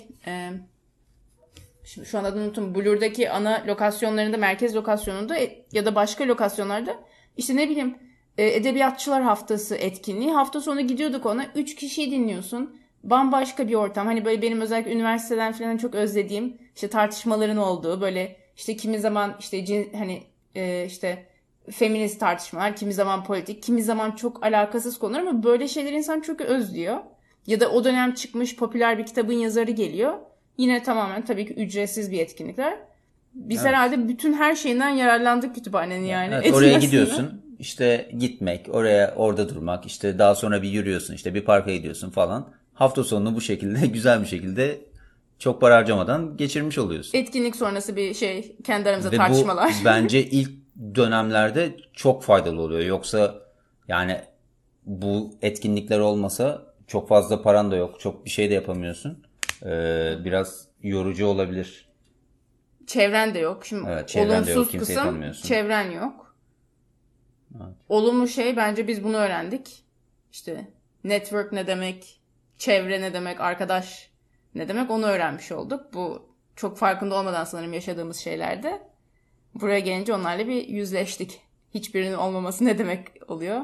şimdi şu an adını unuttum. Blur'daki ana lokasyonlarında, merkez lokasyonunda ya da başka lokasyonlarda işte ne bileyim edebiyatçılar haftası etkinliği. Hafta sonu gidiyorduk ona. 3 kişiyi dinliyorsun. bambaşka bir ortam. Hani böyle benim özellikle üniversiteden falan çok özlediğim işte tartışmaların olduğu, böyle işte kimi zaman işte hani işte feminist tartışmalar, kimi zaman politik, kimi zaman çok alakasız konular, ama böyle şeyleri insan çok özlüyor. Ya da o dönem çıkmış popüler bir kitabın yazarı geliyor. Yine tamamen tabii ki ücretsiz bir etkinlikler. Biz Evet. herhalde bütün her şeyinden yararlandık kütüphanenin yani. Evet, oraya Etmesine. gidiyorsun. İşte gitmek, orada durmak, işte daha sonra bir yürüyorsun, işte bir parka gidiyorsun falan. Hafta sonunu bu şekilde güzel bir şekilde çok para harcamadan geçirmiş oluyorsun. Etkinlik sonrası bir şey, kendi aramızda Ve bu tartışmalar. bence ilk dönemlerde çok faydalı oluyor. Yoksa yani bu etkinlikler olmasa çok fazla paran da yok, çok bir şey de yapamıyorsun. Biraz yorucu olabilir. Çevren de yok. Şimdi Evet, çevren de yok, olumsuz kimseyi kısım, tanımıyorsun. çevren yok. Evet. Olumlu şey, bence biz bunu öğrendik. İşte network ne demek, çevre ne demek, arkadaş ne demek, onu öğrenmiş olduk. Bu çok farkında olmadan sanırım yaşadığımız şeylerde. Buraya gelince onlarla bir yüzleştik. Hiçbirinin olmaması ne demek oluyor?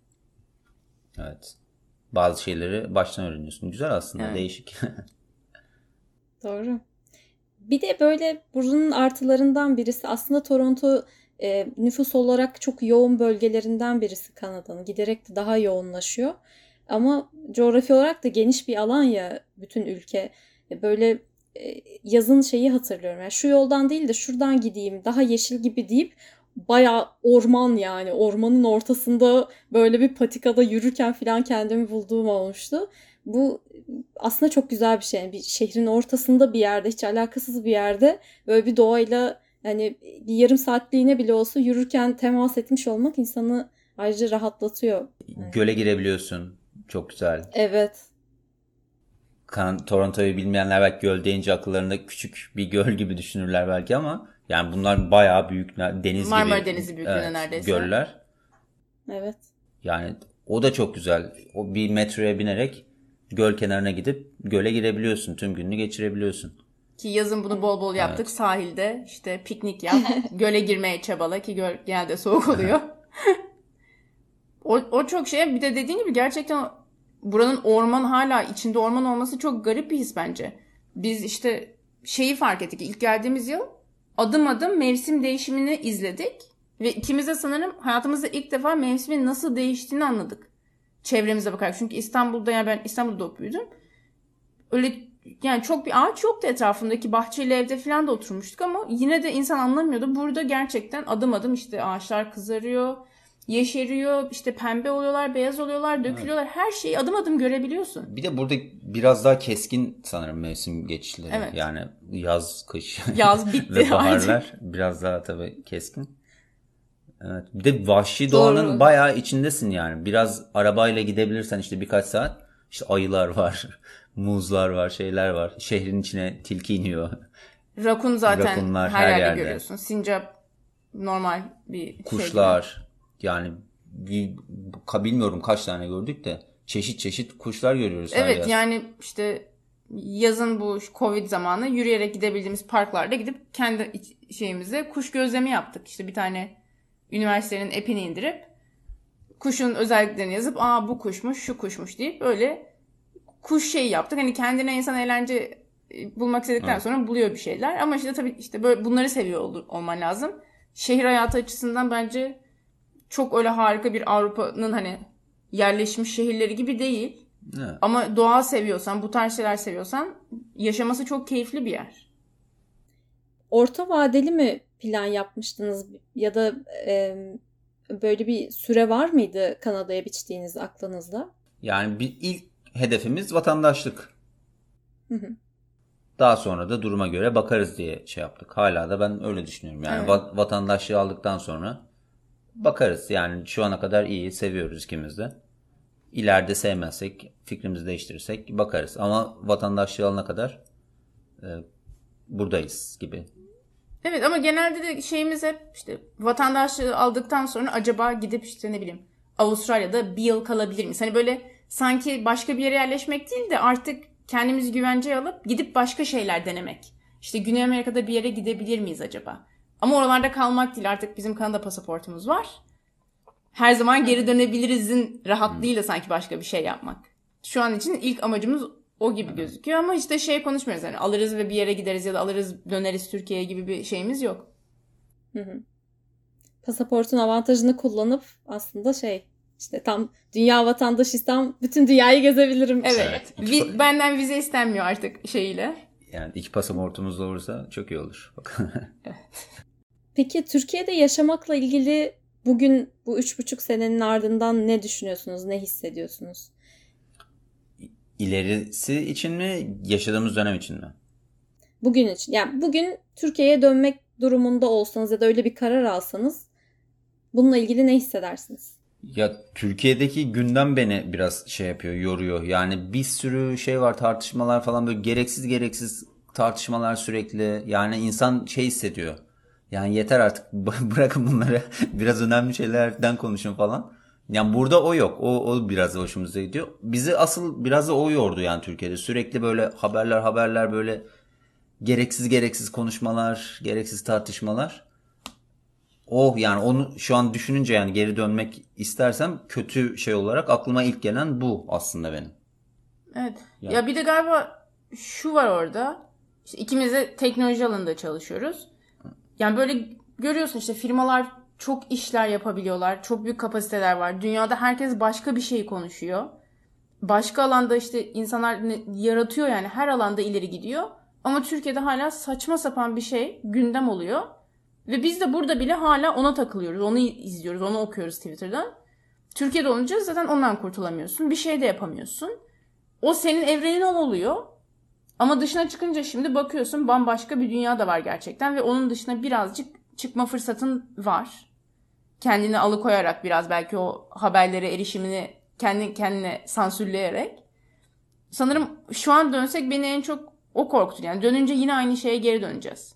Evet. Bazı şeyleri baştan öğreniyorsun. Güzel aslında, Evet. değişik. Doğru. Bir de böyle buranın artılarından birisi aslında Toronto nüfus olarak çok yoğun bölgelerinden birisi Kanada'nın. Giderek de daha yoğunlaşıyor. Ama coğrafi olarak da geniş bir alan ya bütün ülke. Böyle yazın şeyi hatırlıyorum. Yani şu yoldan değil de şuradan gideyim, daha yeşil gibi deyip bayağı orman, yani ormanın ortasında böyle bir patikada yürürken falan kendimi bulduğum olmuştu. Bu aslında çok güzel bir şey. Yani bir şehrin ortasında bir yerde, hiç alakasız bir yerde böyle bir doğayla, yani bir yarım saatliğine bile olsa yürürken temas etmiş olmak insanı ayrıca rahatlatıyor. Göle girebiliyorsun. Çok güzel. Evet. Toronto'yu bilmeyenler belki göl deyince akıllarında küçük bir göl gibi düşünürler belki, ama yani bunlar bayağı büyük deniz Marmara gibi, Denizi büyüklüğünde evet, neredeyse. göller. Evet. Yani o da çok güzel. O bir metroya binerek göl kenarına gidip göle girebiliyorsun. Tüm gününü geçirebiliyorsun. Ki yazın bunu bol bol yaptık. Evet. Sahilde işte piknik yap, göle girmeye çabala ki göl genelde soğuk oluyor. O çok şey. Bir de dediğin gibi gerçekten buranın orman, hala içinde orman olması çok garip bir his bence. Biz işte şeyi fark ettik. İlk geldiğimiz yıl adım adım mevsim değişimini izledik. Ve ikimiz de sanırım hayatımızda ilk defa mevsimin nasıl değiştiğini anladık. Çevremize bakarak. Çünkü İstanbul'da, yani ben İstanbul'da doğup büyüdüm. Öyle yani çok bir ağaç yoktu etrafındaki, bahçeli evde falan da oturmuştuk ama yine de insan anlamıyordu. Burada gerçekten adım adım işte ağaçlar kızarıyor, yeşeriyor, işte pembe oluyorlar, beyaz oluyorlar, dökülüyorlar. Her şeyi adım adım görebiliyorsun. Bir de burada biraz daha keskin sanırım mevsim geçişleri. Evet. Yani yaz, kış Yaz bitti ve baharlar artık. biraz daha tabii keskin. Evet. Bir de vahşi doğanın Doğru. bayağı içindesin yani. Biraz arabayla gidebilirsen işte birkaç saat, işte ayılar var, muzlar var, şeyler var. Şehrin içine tilki iniyor. Rakun zaten Rakunlar her her yerde yerde. görüyorsun. Sincap normal bir şey gibi. Kuşlar, yani bilmiyorum kaç tane gördük de çeşit çeşit kuşlar görüyoruz her Evet, yaz. yani işte yazın bu Covid zamanı yürüyerek gidebildiğimiz parklarda gidip kendi şeyimize kuş gözlemi yaptık. İşte bir tane üniversitenin app'ini indirip kuşun özelliklerini yazıp bu kuşmuş, şu kuşmuş deyip öyle kuş şeyi yaptık. Hani kendine insan eğlence bulmak istedikten Evet. sonra buluyor bir şeyler. Ama işte tabii işte böyle bunları seviyor olman lazım. Şehir hayatı açısından bence çok öyle harika bir Avrupa'nın hani yerleşmiş şehirleri gibi değil. Evet. Ama doğa seviyorsan, bu tarz şeyler seviyorsan yaşaması çok keyifli bir yer. Orta vadeli mi plan yapmıştınız ya da böyle bir süre var mıydı Kanada'ya biçtiğiniz aklınızda? Yani ilk hedefimiz vatandaşlık. Hı hı. Daha sonra da duruma göre bakarız diye şey yaptık. Hala da ben öyle düşünüyorum. Yani Evet. vatandaşlığı aldıktan sonra bakarız. Yani şu ana kadar iyi, seviyoruz ikimiz de. İleride sevmezsek, fikrimizi değiştirirsek bakarız. Ama vatandaşlığı alana kadar buradayız gibi. Evet, ama genelde de şeyimiz hep işte vatandaşlığı aldıktan sonra acaba gidip işte ne bileyim Avustralya'da bir yıl kalabilir miyiz? Hani böyle sanki başka bir yere yerleşmek değil de artık kendimizi güvenceye alıp gidip başka şeyler denemek. İşte Güney Amerika'da bir yere gidebilir miyiz acaba? Ama oralarda kalmak değil, artık bizim Kanada pasaportumuz var. Her zaman geri dönebilirizin rahatlığıyla sanki başka bir şey yapmak. Şu an için ilk amacımız O gibi gözüküyor ama işte şey konuşmuyoruz. Yani alırız ve bir yere gideriz ya da alırız döneriz Türkiye'ye gibi bir şeyimiz yok. Pasaportun avantajını kullanıp aslında işte tam dünya vatandaşıysam bütün dünyayı gezebilirim. Evet. Benden vize istenmiyor artık şeyiyle. Yani 2 pasaportumuz olursa çok iyi olur. Peki Türkiye'de yaşamakla ilgili bugün bu 3,5 senenin ardından ne düşünüyorsunuz, ne hissediyorsunuz? İlerisi için mi, yaşadığımız dönem için mi? Bugün için. Yani bugün Türkiye'ye dönmek durumunda olsanız ya da öyle bir karar alsanız bununla ilgili ne hissedersiniz? Ya Türkiye'deki gündem beni biraz şey yapıyor, yoruyor. Yani bir sürü şey var, tartışmalar falan, böyle gereksiz tartışmalar sürekli. Yani insan şey hissediyor. Yani yeter artık, bırakın bunları, biraz önemli şeylerden konuşun falan. Yani burada o yok. O biraz hoşumuza gidiyor. Bizi asıl biraz da o yordu yani Türkiye'de. Sürekli böyle haberler, böyle gereksiz konuşmalar, gereksiz tartışmalar. Yani onu şu an düşününce, yani geri dönmek istersem kötü şey olarak aklıma ilk gelen bu aslında benim. Evet. Ya bir de galiba şu var orada. İşte ikimiz de teknoloji alanında çalışıyoruz. Yani böyle görüyorsun işte firmalar çok işler yapabiliyorlar. Çok büyük kapasiteler var. Dünyada herkes başka bir şey konuşuyor. Başka alanda işte insanlar yaratıyor, yani her alanda ileri gidiyor. Ama Türkiye'de hala saçma sapan bir şey gündem oluyor. Ve biz de burada bile hala ona takılıyoruz. Onu izliyoruz, onu okuyoruz Twitter'dan. Türkiye'de olunca zaten ondan kurtulamıyorsun. Bir şey de yapamıyorsun. O senin evrenin oluyor. Ama dışına çıkınca şimdi bakıyorsun bambaşka bir dünya da var gerçekten. Ve onun dışına birazcık çıkma fırsatın var. Kendini alıkoyarak biraz, belki o haberlere erişimini kendi kendine sansürleyerek. Sanırım şu an dönsek beni en çok o korkutuyor. Yani dönünce yine aynı şeye geri döneceğiz.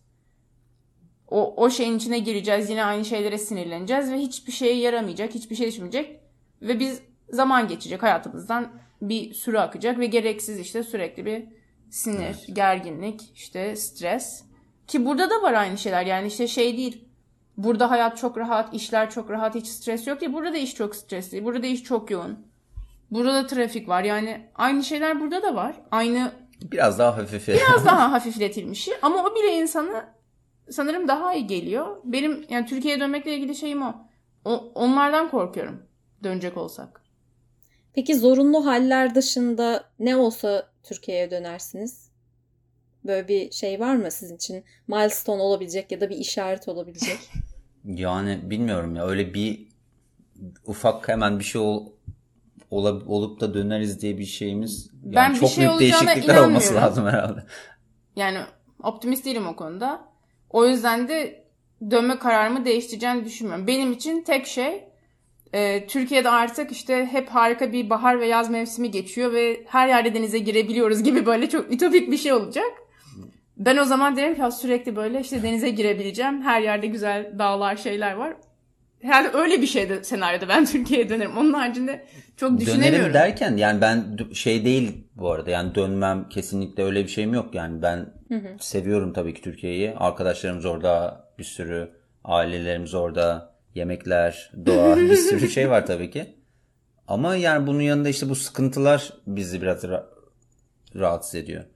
O şeyin içine gireceğiz. Yine aynı şeylere sinirleneceğiz ve hiçbir şeye yaramayacak, hiçbir şey düşmeyecek. Ve biz zaman geçecek hayatımızdan, bir süre akacak ve gereksiz işte sürekli bir sinir, gerginlik, işte stres. Ki burada da var aynı şeyler. Yani işte şey değil. Burada hayat çok rahat, işler çok rahat, hiç stres yok diye. Burada da iş çok stresli, burada da iş çok yoğun. Burada da trafik var. Yani aynı şeyler burada da var. Biraz daha hafifletilmişi ama o bile insanı sanırım daha iyi geliyor. Benim yani Türkiye'ye dönmekle ilgili şeyim o. Onlardan korkuyorum dönecek olsak. Peki zorunlu haller dışında ne olsa Türkiye'ye dönersiniz? Böyle bir şey var mı sizin için? Milestone olabilecek ya da bir işaret olabilecek? Yani bilmiyorum ya, öyle bir ufak hemen bir şey olup da döneriz diye bir şeyimiz. Yani ben çok büyük değişiklikler olması lazım herhalde. Yani optimist değilim o konuda. O yüzden de dönme kararımı değiştireceğini düşünmüyorum. Benim için tek şey Türkiye'de artık işte hep harika bir bahar ve yaz mevsimi geçiyor ve her yerde denize girebiliyoruz gibi böyle çok ütopik bir şey olacak. Ben o zaman derim ki sürekli böyle işte denize girebileceğim. Her yerde güzel dağlar, şeyler var. Herhalde öyle bir şeyde, senaryoda ben Türkiye'ye dönerim. Onun haricinde çok düşünemiyorum. Dönerim derken yani ben şey değil bu arada, yani dönmem, kesinlikle öyle bir şeyim yok. Yani ben seviyorum tabii ki Türkiye'yi. Arkadaşlarımız orada, bir sürü ailelerimiz orada, yemekler, doğa, bir sürü şey var tabii ki. Ama yani bunun yanında işte bu sıkıntılar bizi biraz rahatsız ediyor.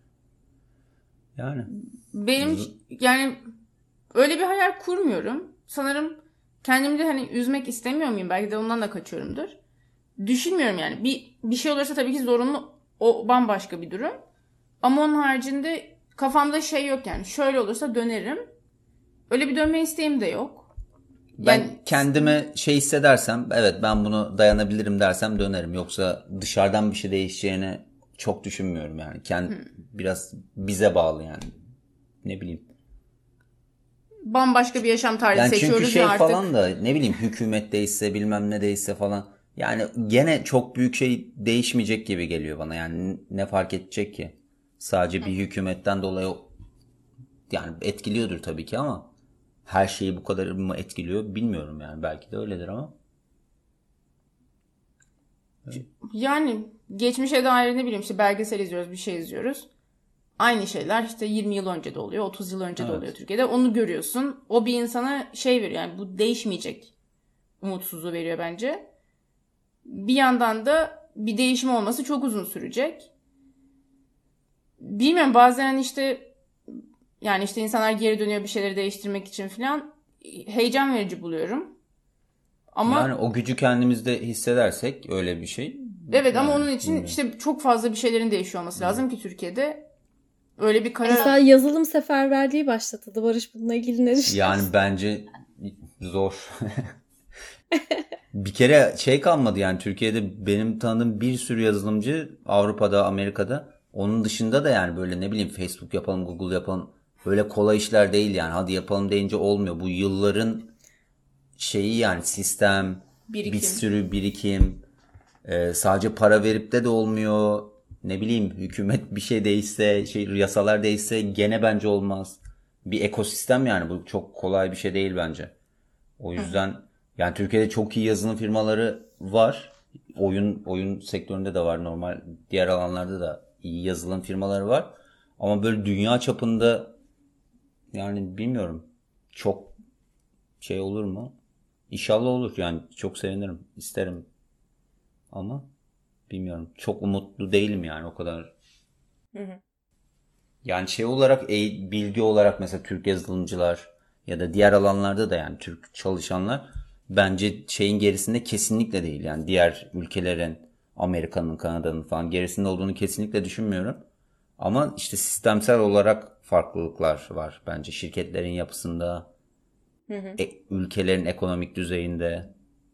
Yani. Benim yani öyle bir hayal kurmuyorum. Sanırım kendimi de hani üzmek istemiyor muyum? Belki de ondan da kaçıyorumdur. Düşünmüyorum yani. Bir şey olursa tabii ki zorunlu, o bambaşka bir durum. Ama onun haricinde kafamda şey yok yani. Şöyle olursa dönerim. Öyle bir dönme isteğim de yok. Ben kendime şey hissedersem, evet ben bunu dayanabilirim dersem dönerim. Yoksa dışarıdan bir şey değişeceğini çok düşünmüyorum yani. Biraz bize bağlı yani. Ne bileyim. Bambaşka bir yaşam tarzı yani seçiyoruz çünkü şey ya artık. falan da, ne bileyim, hükümet değişse, bilmem ne değişse falan. Yani gene çok büyük şey değişmeyecek gibi geliyor bana. Yani ne fark edecek ki? Sadece bir hükümetten dolayı yani etkiliyordur tabii ki ama her şeyi bu kadar mı etkiliyor bilmiyorum yani. Belki de öyledir ama. Yani geçmişe dair ne bileyim işte belgesel izliyoruz, bir şey izliyoruz. Aynı şeyler işte 20 yıl önce de oluyor, 30 yıl önce de oluyor Türkiye'de. Onu görüyorsun. O bir insana şey veriyor yani, bu değişmeyecek umutsuzluğu veriyor bence. Bir yandan da bir değişim olması çok uzun sürecek. bilmiyorum, bazen işte yani işte insanlar geri dönüyor bir şeyleri değiştirmek için falan, heyecan verici buluyorum. Yani Ama o gücü kendimizde hissedersek öyle bir şey. evet, ama Yani onun için bilmiyorum. işte çok fazla bir şeylerin değişiyor olması lazım ki Türkiye'de öyle bir karar. Mesela yazılım seferberliği başlatıldı. Barış, bununla ilgili ne düşünüyorsun? Yani bence zor. Bir kere şey kalmadı yani Türkiye'de benim tanıdığım bir sürü yazılımcı Avrupa'da, Amerika'da. Onun dışında da yani böyle ne bileyim Facebook yapalım, Google yapalım. Böyle kolay işler değil yani. Hadi yapalım deyince olmuyor. Bu yılların şeyi yani sistem, bir Birikim. sürü birikim. Sadece para verip de olmuyor. Ne bileyim hükümet bir şey değişse, yasalar değişse gene bence olmaz. Bir ekosistem yani bu çok kolay bir şey değil bence. O yüzden yani Türkiye'de çok iyi yazılım firmaları var. Oyun sektöründe de var, normal diğer alanlarda da iyi yazılım firmaları var. Ama böyle dünya çapında yani bilmiyorum. Çok şey olur mu? İnşallah olur yani çok sevinirim, isterim. Ama bilmiyorum. Çok umutlu değilim yani o kadar. Hı hı. Yani şey olarak bilgi olarak mesela Türk yazılımcılar ya da diğer alanlarda da yani Türk çalışanlar bence şeyin gerisinde kesinlikle değil. Yani diğer ülkelerin, Amerika'nın, Kanada'nın falan gerisinde olduğunu kesinlikle düşünmüyorum. Ama işte sistemsel olarak farklılıklar var bence şirketlerin yapısında, Hı hı. ülkelerin ekonomik düzeyinde.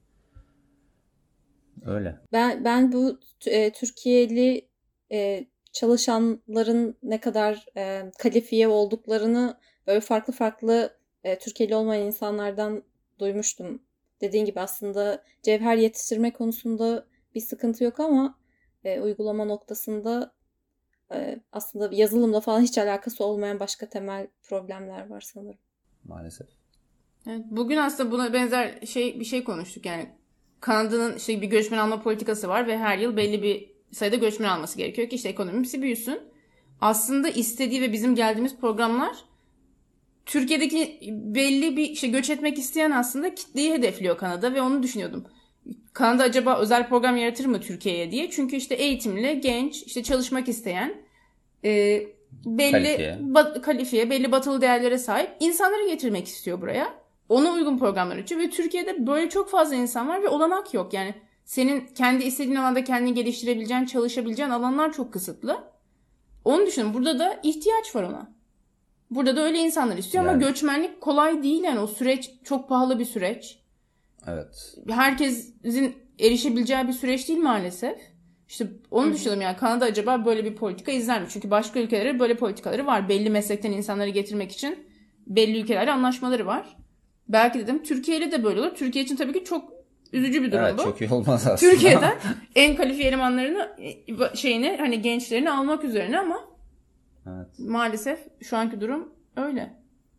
Öyle. Ben bu Türkiye'li çalışanların ne kadar kalifiye olduklarını böyle farklı farklı Türkiye'li olmayan insanlardan duymuştum. Dediğin gibi aslında cevher yetiştirme konusunda bir sıkıntı yok ama uygulama noktasında aslında yazılımla falan hiç alakası olmayan başka temel problemler var sanırım. Maalesef. Evet, bugün aslında buna benzer bir şey konuştuk. Yani Kanada'nın işte bir göçmen alma politikası var ve her yıl belli bir sayıda göçmen alması gerekiyor ki işte ekonomisi büyüsün. Aslında istediği ve bizim geldiğimiz programlar Türkiye'deki belli bir göç etmek isteyen aslında kitleyi hedefliyor Kanada ve onu düşünüyordum. Kanada acaba özel program yaratır mı Türkiye'ye diye. Çünkü işte eğitimli, genç, işte çalışmak isteyen, e, belli Kalifiye. kalifiye, belli batılı değerlere sahip insanları getirmek istiyor buraya. Ona uygun programlar açıyor ve Türkiye'de böyle çok fazla insan var ve olanak yok. Yani senin kendi istediğin alanda kendini geliştirebileceğin, çalışabileceğin alanlar çok kısıtlı. Onu düşünün. Burada da ihtiyaç var ona. Burada da öyle insanlar istiyor ama Yani göçmenlik kolay değil, yani o süreç çok pahalı bir süreç. evet. Herkesin erişebileceği bir süreç değil maalesef. İşte onu düşünüyorum, yani Kanada acaba böyle bir politika izler mi? Çünkü başka ülkelere böyle politikaları var. Belli meslekten insanları getirmek için belli ülkelerle anlaşmaları var. Belki dedim Türkiye ile de böyle olur. Türkiye için tabii ki çok üzücü bir durum Evet, bu. çok iyi olmaz aslında. Türkiye'den en kalifiye elemanlarını hani gençlerini almak üzerine ama Evet. maalesef şu anki durum öyle.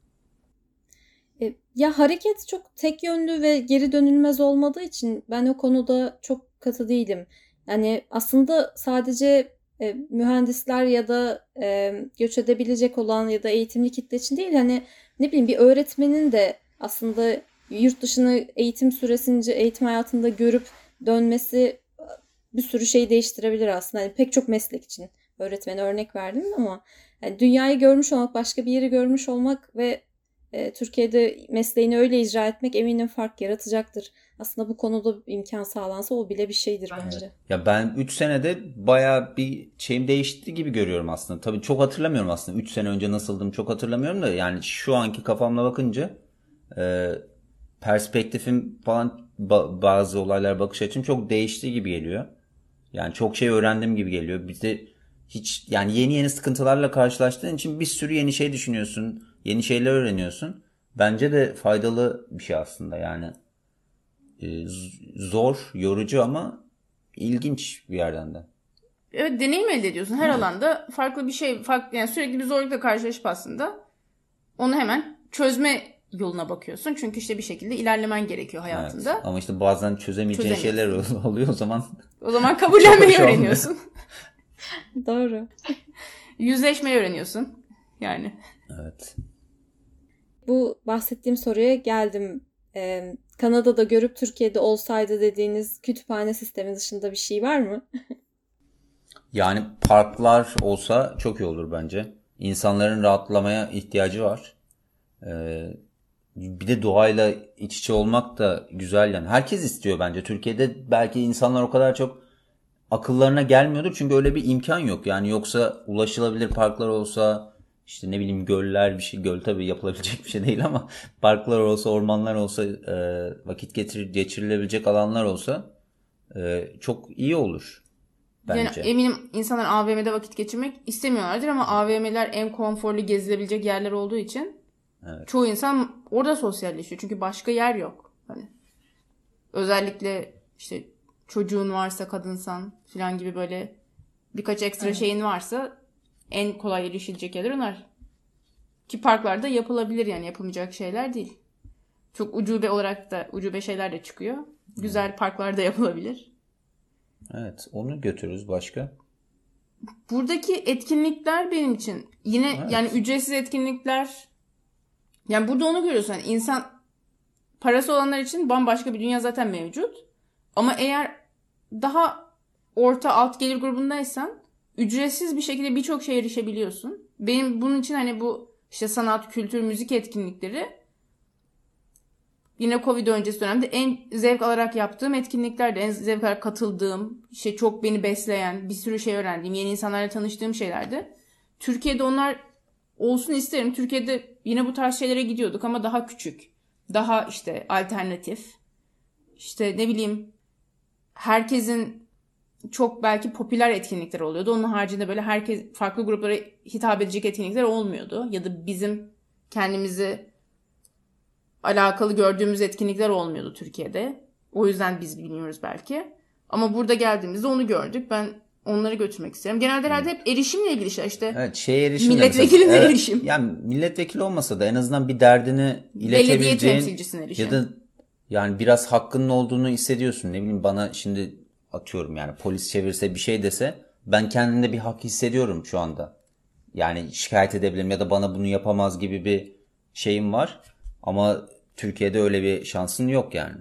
Ya hareket çok tek yönlü ve geri dönülmez olmadığı için ben o konuda çok katı değilim. Yani aslında sadece mühendisler ya da göç edebilecek olan ya da eğitimli kitle için değil, hani ne bileyim bir öğretmenin de aslında yurt dışını eğitim süresince eğitim hayatında görüp dönmesi bir sürü şey değiştirebilir aslında. Yani pek çok meslek için öğretmene örnek verdim ama yani dünyayı görmüş olmak, başka bir yeri görmüş olmak ve Türkiye'de mesleğini öyle icra etmek eminim fark yaratacaktır. Aslında bu konuda imkan sağlansa o bile bir şeydir bence. Ya ben 3 senede bayağı bir şeyim değişti gibi görüyorum aslında. Tabii çok hatırlamıyorum aslında. 3 sene önce nasıldım çok hatırlamıyorum da yani şu anki kafamla bakınca e, perspektifim falan bazı olaylar bakış açım çok değişti gibi geliyor. Yani çok şey öğrendim gibi geliyor. Bir de hiç yani yeni sıkıntılarla karşılaştığın için bir sürü yeni şey düşünüyorsun. Yeni şeyler öğreniyorsun. Bence de faydalı bir şey aslında yani. Zor, yorucu ama ilginç bir yerden de. Evet, deneyim elde ediyorsun. Her alanda farklı bir şey, farklı, yani sürekli bir zorlukla karşılaşıp aslında onu hemen çözme yoluna bakıyorsun. Çünkü işte bir şekilde ilerlemen gerekiyor Evet. hayatında. Ama işte bazen çözemeyeceğin şeyler oluyor o zaman. O zaman kabullenmeyi Çok hoş olmuyor. öğreniyorsun. Doğru. Yüzleşmeyi öğreniyorsun. Yani. Evet. Bu bahsettiğim soruya geldim. Kanada'da görüp Türkiye'de olsaydı dediğiniz kütüphane sistemi dışında bir şey var mı? Yani parklar olsa çok iyi olur bence. İnsanların rahatlamaya ihtiyacı var. Bir de doğayla iç içe olmak da güzel yani. Herkes istiyor bence. Türkiye'de belki insanlar o kadar çok akıllarına gelmiyordur. Çünkü öyle bir imkan yok. Yani yoksa ulaşılabilir parklar olsa, işte ne bileyim göller, bir şey, göl tabii yapılabilecek bir şey değil ama parklar olsa, ormanlar olsa, vakit geçirilebilecek alanlar olsa çok iyi olur Yani bence. eminim insanlar AVM'de vakit geçirmek istemiyorlardır ama AVM'ler en konforlu gezilebilecek yerler olduğu için çoğu insan orada sosyalleşiyor. Çünkü başka yer yok. Hani özellikle işte çocuğun varsa, kadınsan falan gibi böyle birkaç ekstra şeyin varsa en kolay erişilecek yerler onlar. Ki parklarda yapılabilir, yani yapılmayacak şeyler değil. Çok ucube olarak da ucube şeyler de çıkıyor. Güzel parklarda yapılabilir. Evet, onu götürürüz başka. Buradaki etkinlikler benim için yine Evet. yani ücretsiz etkinlikler, yani burada onu görüyorsun. Yani insan parası olanlar için bambaşka bir dünya zaten mevcut. Ama eğer daha orta alt gelir grubundaysan ücretsiz bir şekilde birçok şeye erişebiliyorsun. Benim bunun için hani bu işte sanat, kültür, müzik etkinlikleri yine Covid öncesi dönemde en zevk alarak yaptığım etkinliklerdi. En zevk alarak katıldığım, işte çok beni besleyen, bir sürü şey öğrendiğim, yeni insanlarla tanıştığım şeylerdi. Türkiye'de onlar olsun isterim. Türkiye'de yine bu tarz şeylere gidiyorduk ama daha küçük. Daha işte alternatif. İşte ne bileyim, herkesin çok belki popüler etkinlikler oluyordu. Onun haricinde böyle herkes farklı gruplara hitap edecek etkinlikler olmuyordu. Ya da bizim kendimizi alakalı gördüğümüz etkinlikler olmuyordu Türkiye'de. O yüzden biz bilmiyoruz belki. Ama burada geldiğimizde onu gördük. Ben onları götürmek isterim. Genelde herhalde hep erişimle ilgili şeyler işte. Evet, şeye erişim de Milletvekiline mesela, erişim. yani milletvekili olmasa da en azından bir derdini Belediye iletebileceğin temsilcisine erişim. ya da yani biraz hakkının olduğunu hissediyorsun. Ne bileyim, bana şimdi atıyorum yani polis çevirse, bir şey dese, ben kendimde bir hak hissediyorum şu anda. Yani şikayet edebilirim ya da bana bunu yapamaz gibi bir şeyim var. Ama Türkiye'de öyle bir şansın yok yani.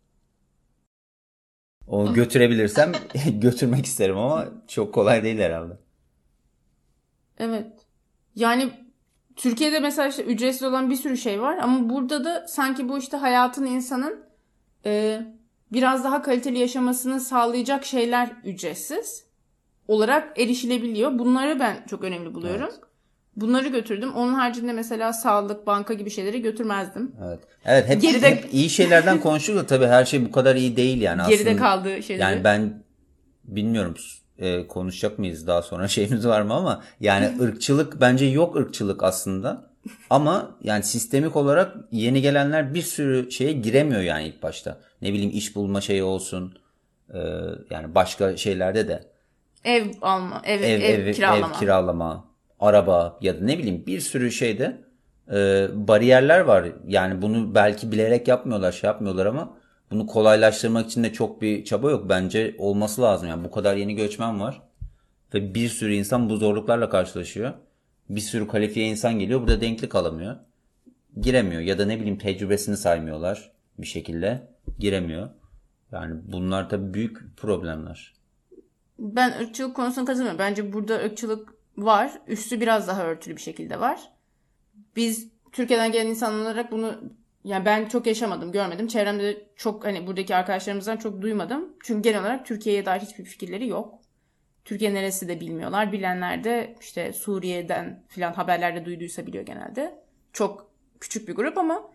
O götürebilirsem götürmek isterim ama çok kolay değil herhalde. Evet. Yani Türkiye'de mesela işte ücretsiz olan bir sürü şey var ama burada da sanki bu işte hayatın, insanın biraz daha kaliteli yaşamasını sağlayacak şeyler ücretsiz olarak erişilebiliyor. Bunları ben çok önemli buluyorum. Evet. Bunları götürdüm. Onun haricinde mesela sağlık, banka gibi şeyleri götürmezdim. Evet. Evet, hep iyi şeylerden konuştuk da tabii her şey bu kadar iyi değil yani Geride aslında. kaldığı şeyleri. Yani ben bilmiyorum, konuşacak mıyız daha sonra, şeyimiz var mı, ama yani ırkçılık bence yok, ırkçılık aslında. Ama yani sistemik olarak yeni gelenler bir sürü şeye giremiyor yani ilk başta. Ne bileyim, iş bulma şeyi olsun. Yani başka şeylerde de. Ev alma, ev Ev kiralama. kiralama, araba ya da ne bileyim bir sürü şeyde bariyerler var. Yani bunu belki bilerek yapmıyorlar, şey yapmıyorlar ama bunu kolaylaştırmak için de çok bir çaba yok. Bence olması lazım. Yani bu kadar yeni göçmen var ve bir sürü insan bu zorluklarla karşılaşıyor. Bir sürü kalifiye insan geliyor, burada denklik alamıyor. Giremiyor ya da ne bileyim tecrübesini saymıyorlar, bir şekilde giremiyor. Yani bunlar da büyük problemler. Ben ırkçılık konusuna katılmıyorum. Bence burada ırkçılık var. Üstü biraz daha örtülü bir şekilde var. Biz Türkiye'den gelen insan olarak bunu, yani ben çok yaşamadım, görmedim. Çevremde de çok, hani buradaki arkadaşlarımızdan çok duymadım. Çünkü genel olarak Türkiye'ye dair hiçbir fikirleri yok. Türkiye neresi de bilmiyorlar. Bilenler de işte Suriye'den filan haberlerde duyduysa biliyor genelde. Çok küçük bir grup ama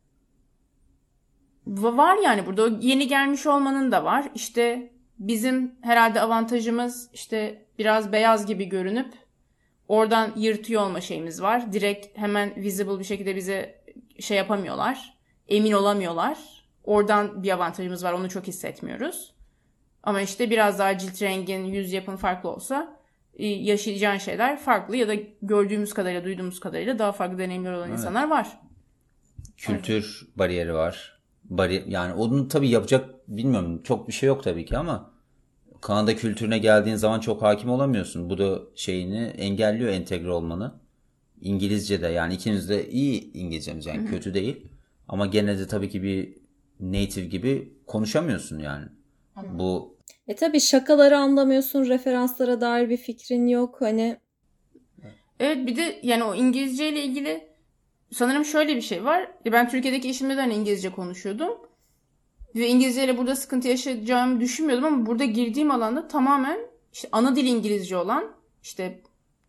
var yani burada. O yeni gelmiş olmanın da var. İşte bizim herhalde avantajımız işte biraz beyaz gibi görünüp oradan yırtıyor olma şeyimiz var. Direkt hemen visible bir şekilde bize şey yapamıyorlar. Emin olamıyorlar. Oradan bir avantajımız var. Onu çok hissetmiyoruz. Ama işte biraz daha cilt rengin, yüz yapın farklı olsa yaşayacağın şeyler farklı ya da gördüğümüz kadarıyla, duyduğumuz kadarıyla daha farklı deneyimler olan insanlar var. Kültür bariyeri var. Yani onu tabii yapacak, bilmiyorum, çok bir şey yok tabii ki ama Kanada kültürüne geldiğin zaman çok hakim olamıyorsun. Bu da şeyini engelliyor, entegre olmanı. İngilizce de, yani ikiniz de iyi İngilizceniz, yani kötü değil. Ama gene de tabii ki bir native gibi konuşamıyorsun yani. Bu Tabii şakaları anlamıyorsun, referanslara dair bir fikrin yok. Hani Evet, bir de yani o İngilizce ile ilgili sanırım şöyle bir şey var. Ben Türkiye'deki eşimle de hani İngilizce konuşuyordum. Ve İngilizceyle burada sıkıntı yaşayacağımı düşünmüyordum ama burada girdiğim alanda tamamen işte ana dil İngilizce olan, işte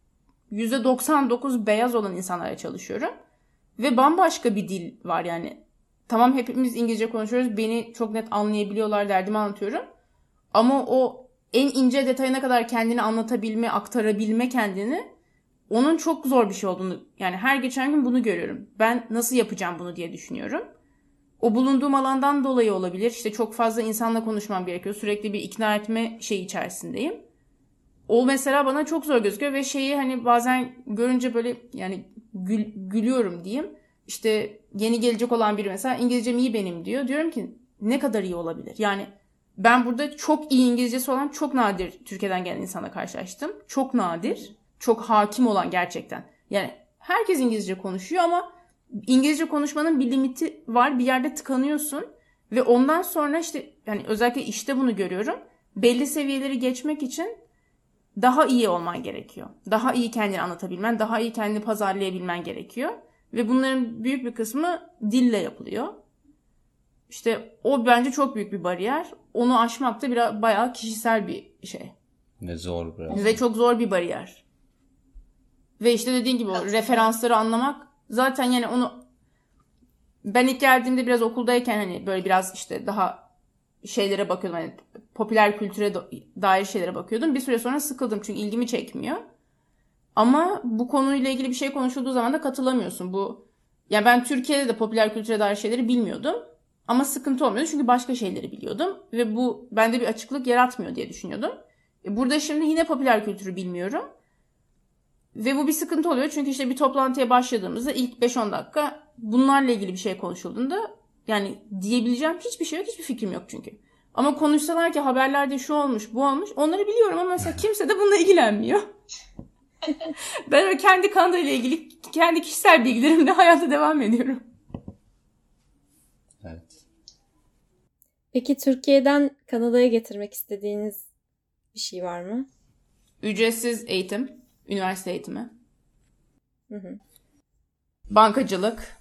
%99 beyaz olan insanlarla çalışıyorum. Ve bambaşka bir dil var yani. Tamam, hepimiz İngilizce konuşuyoruz. Beni çok net anlayabiliyorlar, derdimi anlatıyorum. Ama o en ince detayına kadar kendini anlatabilme, aktarabilme kendini, onun çok zor bir şey olduğunu, yani her geçen gün bunu görüyorum. Ben nasıl yapacağım bunu diye düşünüyorum. O bulunduğum alandan dolayı olabilir. İşte çok fazla insanla konuşmam gerekiyor. Sürekli bir ikna etme şeyi içerisindeyim. O mesela bana çok zor gözüküyor ve şeyi hani bazen görünce böyle yani gülüyorum diyeyim. İşte yeni gelecek olan biri mesela İngilizcem iyi benim diyor. Diyorum ki ne kadar iyi olabilir? Yani ben burada çok iyi İngilizcesi olan çok nadir Türkiye'den gelen insanla karşılaştım. Çok nadir. Çok hakim olan gerçekten. Yani herkes İngilizce konuşuyor ama İngilizce konuşmanın bir limiti var. Bir yerde tıkanıyorsun. Ve ondan sonra işte yani özellikle işte bunu görüyorum. Belli seviyeleri geçmek için daha iyi olman gerekiyor. Daha iyi kendini anlatabilmen, daha iyi kendini pazarlayabilmen gerekiyor. Ve bunların büyük bir kısmı dille yapılıyor. İşte o bence çok büyük bir bariyer. Onu aşmak da biraz bayağı kişisel bir şey. ne zor biraz. Ve çok zor bir bariyer. Ve işte dediğin gibi o referansları anlamak zaten yani onu ben ilk geldiğimde biraz okuldayken hani böyle biraz işte daha şeylere bakıyordum. Hani popüler kültüre dair şeylere bakıyordum. Bir süre sonra sıkıldım çünkü ilgimi çekmiyor. Ama bu konuyla ilgili bir şey konuşulduğu zaman da katılamıyorsun. Yani ben Türkiye'de de popüler kültüre dair şeyleri bilmiyordum. Ama sıkıntı olmuyordu çünkü başka şeyleri biliyordum. Ve bu bende bir açıklık yaratmıyor diye düşünüyordum. Burada şimdi yine popüler kültürü bilmiyorum. Ve bu bir sıkıntı oluyor çünkü işte bir toplantıya başladığımızda ilk 5-10 dakika bunlarla ilgili bir şey konuşulduğunda yani diyebileceğim hiçbir şey yok, hiçbir fikrim yok çünkü. Ama konuşsalar ki haberlerde şu olmuş, bu olmuş, onları biliyorum ama mesela kimse de bununla ilgilenmiyor. Ben öyle kendi kanalıyla ilgili kendi kişisel bilgilerimle hayata devam ediyorum. Evet. peki Türkiye'den Kanada'ya getirmek istediğiniz bir şey var mı? Ücretsiz eğitim, üniversite eğitimi, Hı. bankacılık,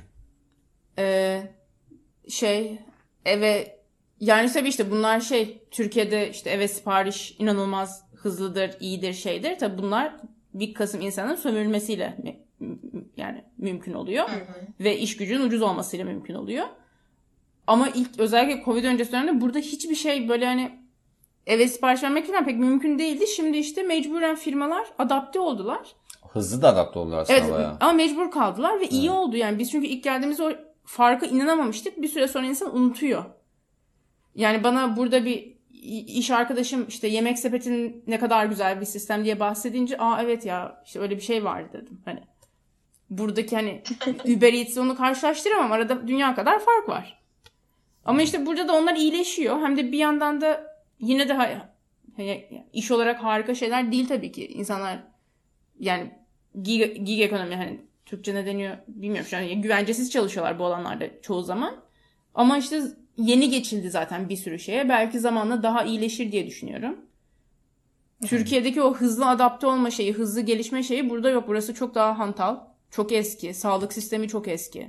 eve yani tabii işte bunlar Türkiye'de işte eve sipariş inanılmaz hızlıdır, iyidir, şeydir. Tabii bunlar bir kısım insanın sömürülmesiyle yani mümkün oluyor. Ve iş gücünün ucuz olmasıyla mümkün oluyor. Ama ilk özellikle Covid öncesi dönemde burada hiçbir şey böyle hani eve sipariş vermek falan pek mümkün değildi. Şimdi işte mecburen firmalar adapte oldular. Hızlı da adapte oldular aslında Evet bayağı. ama mecbur kaldılar ve iyi oldu. Yani biz çünkü ilk geldiğimizde o farka inanamamıştık. Bir süre sonra insan unutuyor. Yani bana burada bir iş arkadaşım işte Yemek Sepeti'nin ne kadar güzel bir sistem diye bahsedince evet ya işte öyle bir şey vardı dedim. Hani buradaki hani Uber Eats'le onu karşılaştıramam. Arada dünya kadar fark var. Ama işte burada da onlar iyileşiyor. Hem de bir yandan da yine de hani iş olarak harika şeyler değil tabii ki. İnsanlar yani gig ekonomi, hani Türkçe ne deniyor bilmiyorum şu an. Güvencesiz çalışıyorlar bu alanlarda çoğu zaman. Ama işte yeni geçildi zaten bir sürü şeye. Belki zamanla daha iyileşir diye düşünüyorum. Türkiye'deki o hızlı adapte olma şeyi, hızlı gelişme şeyi burada yok. Burası çok daha hantal. Çok eski. Sağlık sistemi çok eski.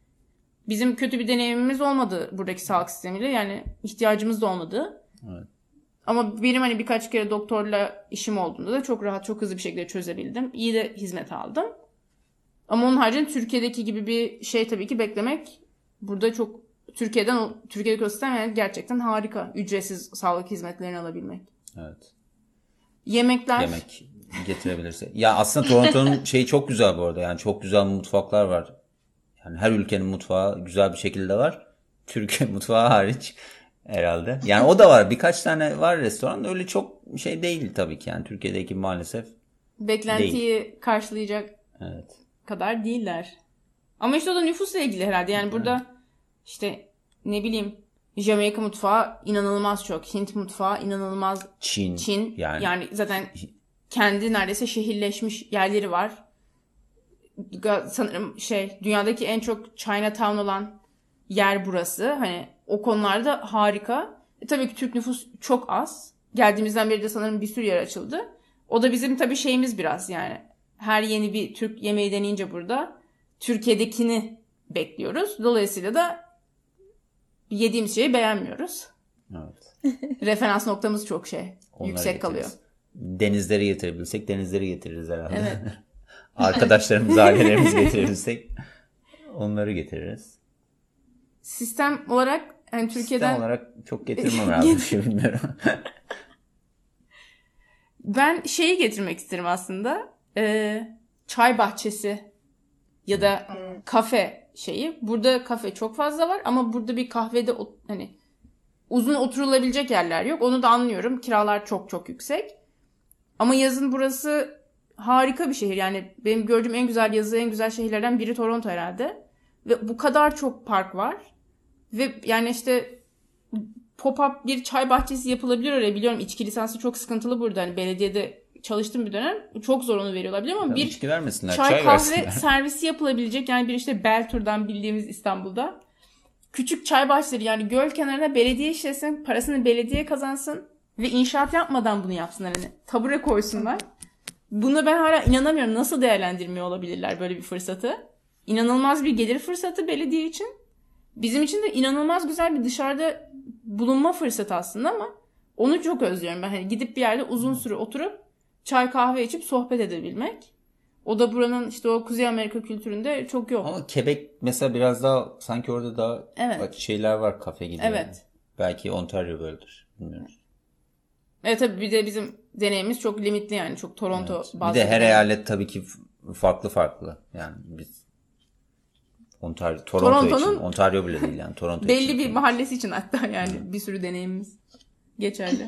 Bizim kötü bir deneyimimiz olmadı buradaki sağlık sistemiyle. Yani ihtiyacımız da olmadı. Evet. Ama benim hani birkaç kere doktorla işim olduğunda da çok rahat, çok hızlı bir şekilde çözebildim. İyi de hizmet aldım. Ama onun haricinde Türkiye'deki gibi bir şey tabii ki beklemek burada çok Türkiye'deki o sistem yani gerçekten harika. Ücretsiz sağlık hizmetlerini alabilmek. Evet. Yemek getirebilirse. Ya aslında Toronto'nun şeyi çok güzel bu arada. Yani çok güzel mutfaklar var. Yani her ülkenin mutfağı güzel bir şekilde var. Türkiye mutfağı hariç herhalde. Yani o da var. Birkaç tane var restoran. Öyle çok şey değil tabii ki. Yani Türkiye'deki maalesef beklentiyi değil. karşılayacak kadar değiller. Ama işte o da nüfusla ilgili herhalde. Yani burada işte ne bileyim Jamaika mutfağı inanılmaz çok. Hint mutfağı inanılmaz. Çin. Yani zaten kendi neredeyse şehirleşmiş yerleri var. Sanırım dünyadaki en çok Chinatown olan yer burası. Hani o konularda harika. Tabii ki Türk nüfus çok az. Geldiğimizden beri de sanırım bir sürü yer açıldı. O da bizim tabii şeyimiz biraz yani. Her yeni bir Türk yemeği deneyince burada Türkiye'dekini bekliyoruz. Dolayısıyla da yediğimiz şeyi beğenmiyoruz. Evet. Referans noktamız çok Onları yüksek kalıyor. getiririz. Denizleri getirebilsek denizleri getiririz herhalde. Evet. Arkadaşlarımız, ailelerimiz getirebilsek onları getiririz. Sistem olarak yani Türkiye'den... Sistem olarak çok getirmem herhalde. Bir şey bilmiyorum. Ben şeyi getirmek isterim aslında. Çay bahçesi ya da kafe şeyi. Burada kafe çok fazla var ama burada bir kahvede hani uzun oturulabilecek yerler yok. Onu da anlıyorum. Kiralar çok çok yüksek. Ama yazın burası harika bir şehir. Yani benim gördüğüm en güzel yazı, en güzel şehirlerden biri Toronto herhalde. Ve bu kadar çok park var. Ve yani işte pop-up bir çay bahçesi yapılabilir öyle. Biliyorum içki lisansı çok sıkıntılı burada. Hani belediyede çalıştım bir dönem. Çok zor onu veriyorlar biliyorum ama Tabii bir içki vermesinler, çay çay kahve versinler. servisi yapılabilecek. Yani bir işte Beltur'dan bildiğimiz İstanbul'da. Küçük çay bahçeleri yani göl kenarına belediye işlesin. Parasını belediye kazansın. Ve inşaat yapmadan bunu yapsınlar. Hani tabure koysunlar. Buna ben hala inanamıyorum. Nasıl değerlendirmiyor olabilirler böyle bir fırsatı? İnanılmaz bir gelir fırsatı belediye için. Bizim için de inanılmaz güzel bir dışarıda bulunma fırsatı aslında ama onu çok özlüyorum ben. Hani gidip bir yerde uzun süre oturup çay kahve içip sohbet edebilmek. O da buranın işte o Kuzey Amerika kültüründe çok yok. Ama Quebec mesela biraz daha sanki orada daha Evet. şeyler var, kafe gibi. Evet. Yani. Belki Ontario böyledir. Bilmiyorum. Evet tabii bir de bizim deneyimimiz çok limitli yani. Çok Toronto Evet. bazlı. Bir de her deneyim. eyalet tabii ki farklı. Yani biz Toronto Toronto'nun için, Ontario bile değil yani Toronto belli için. bir mahallesi için hatta yani bir sürü deneyimimiz geçerli.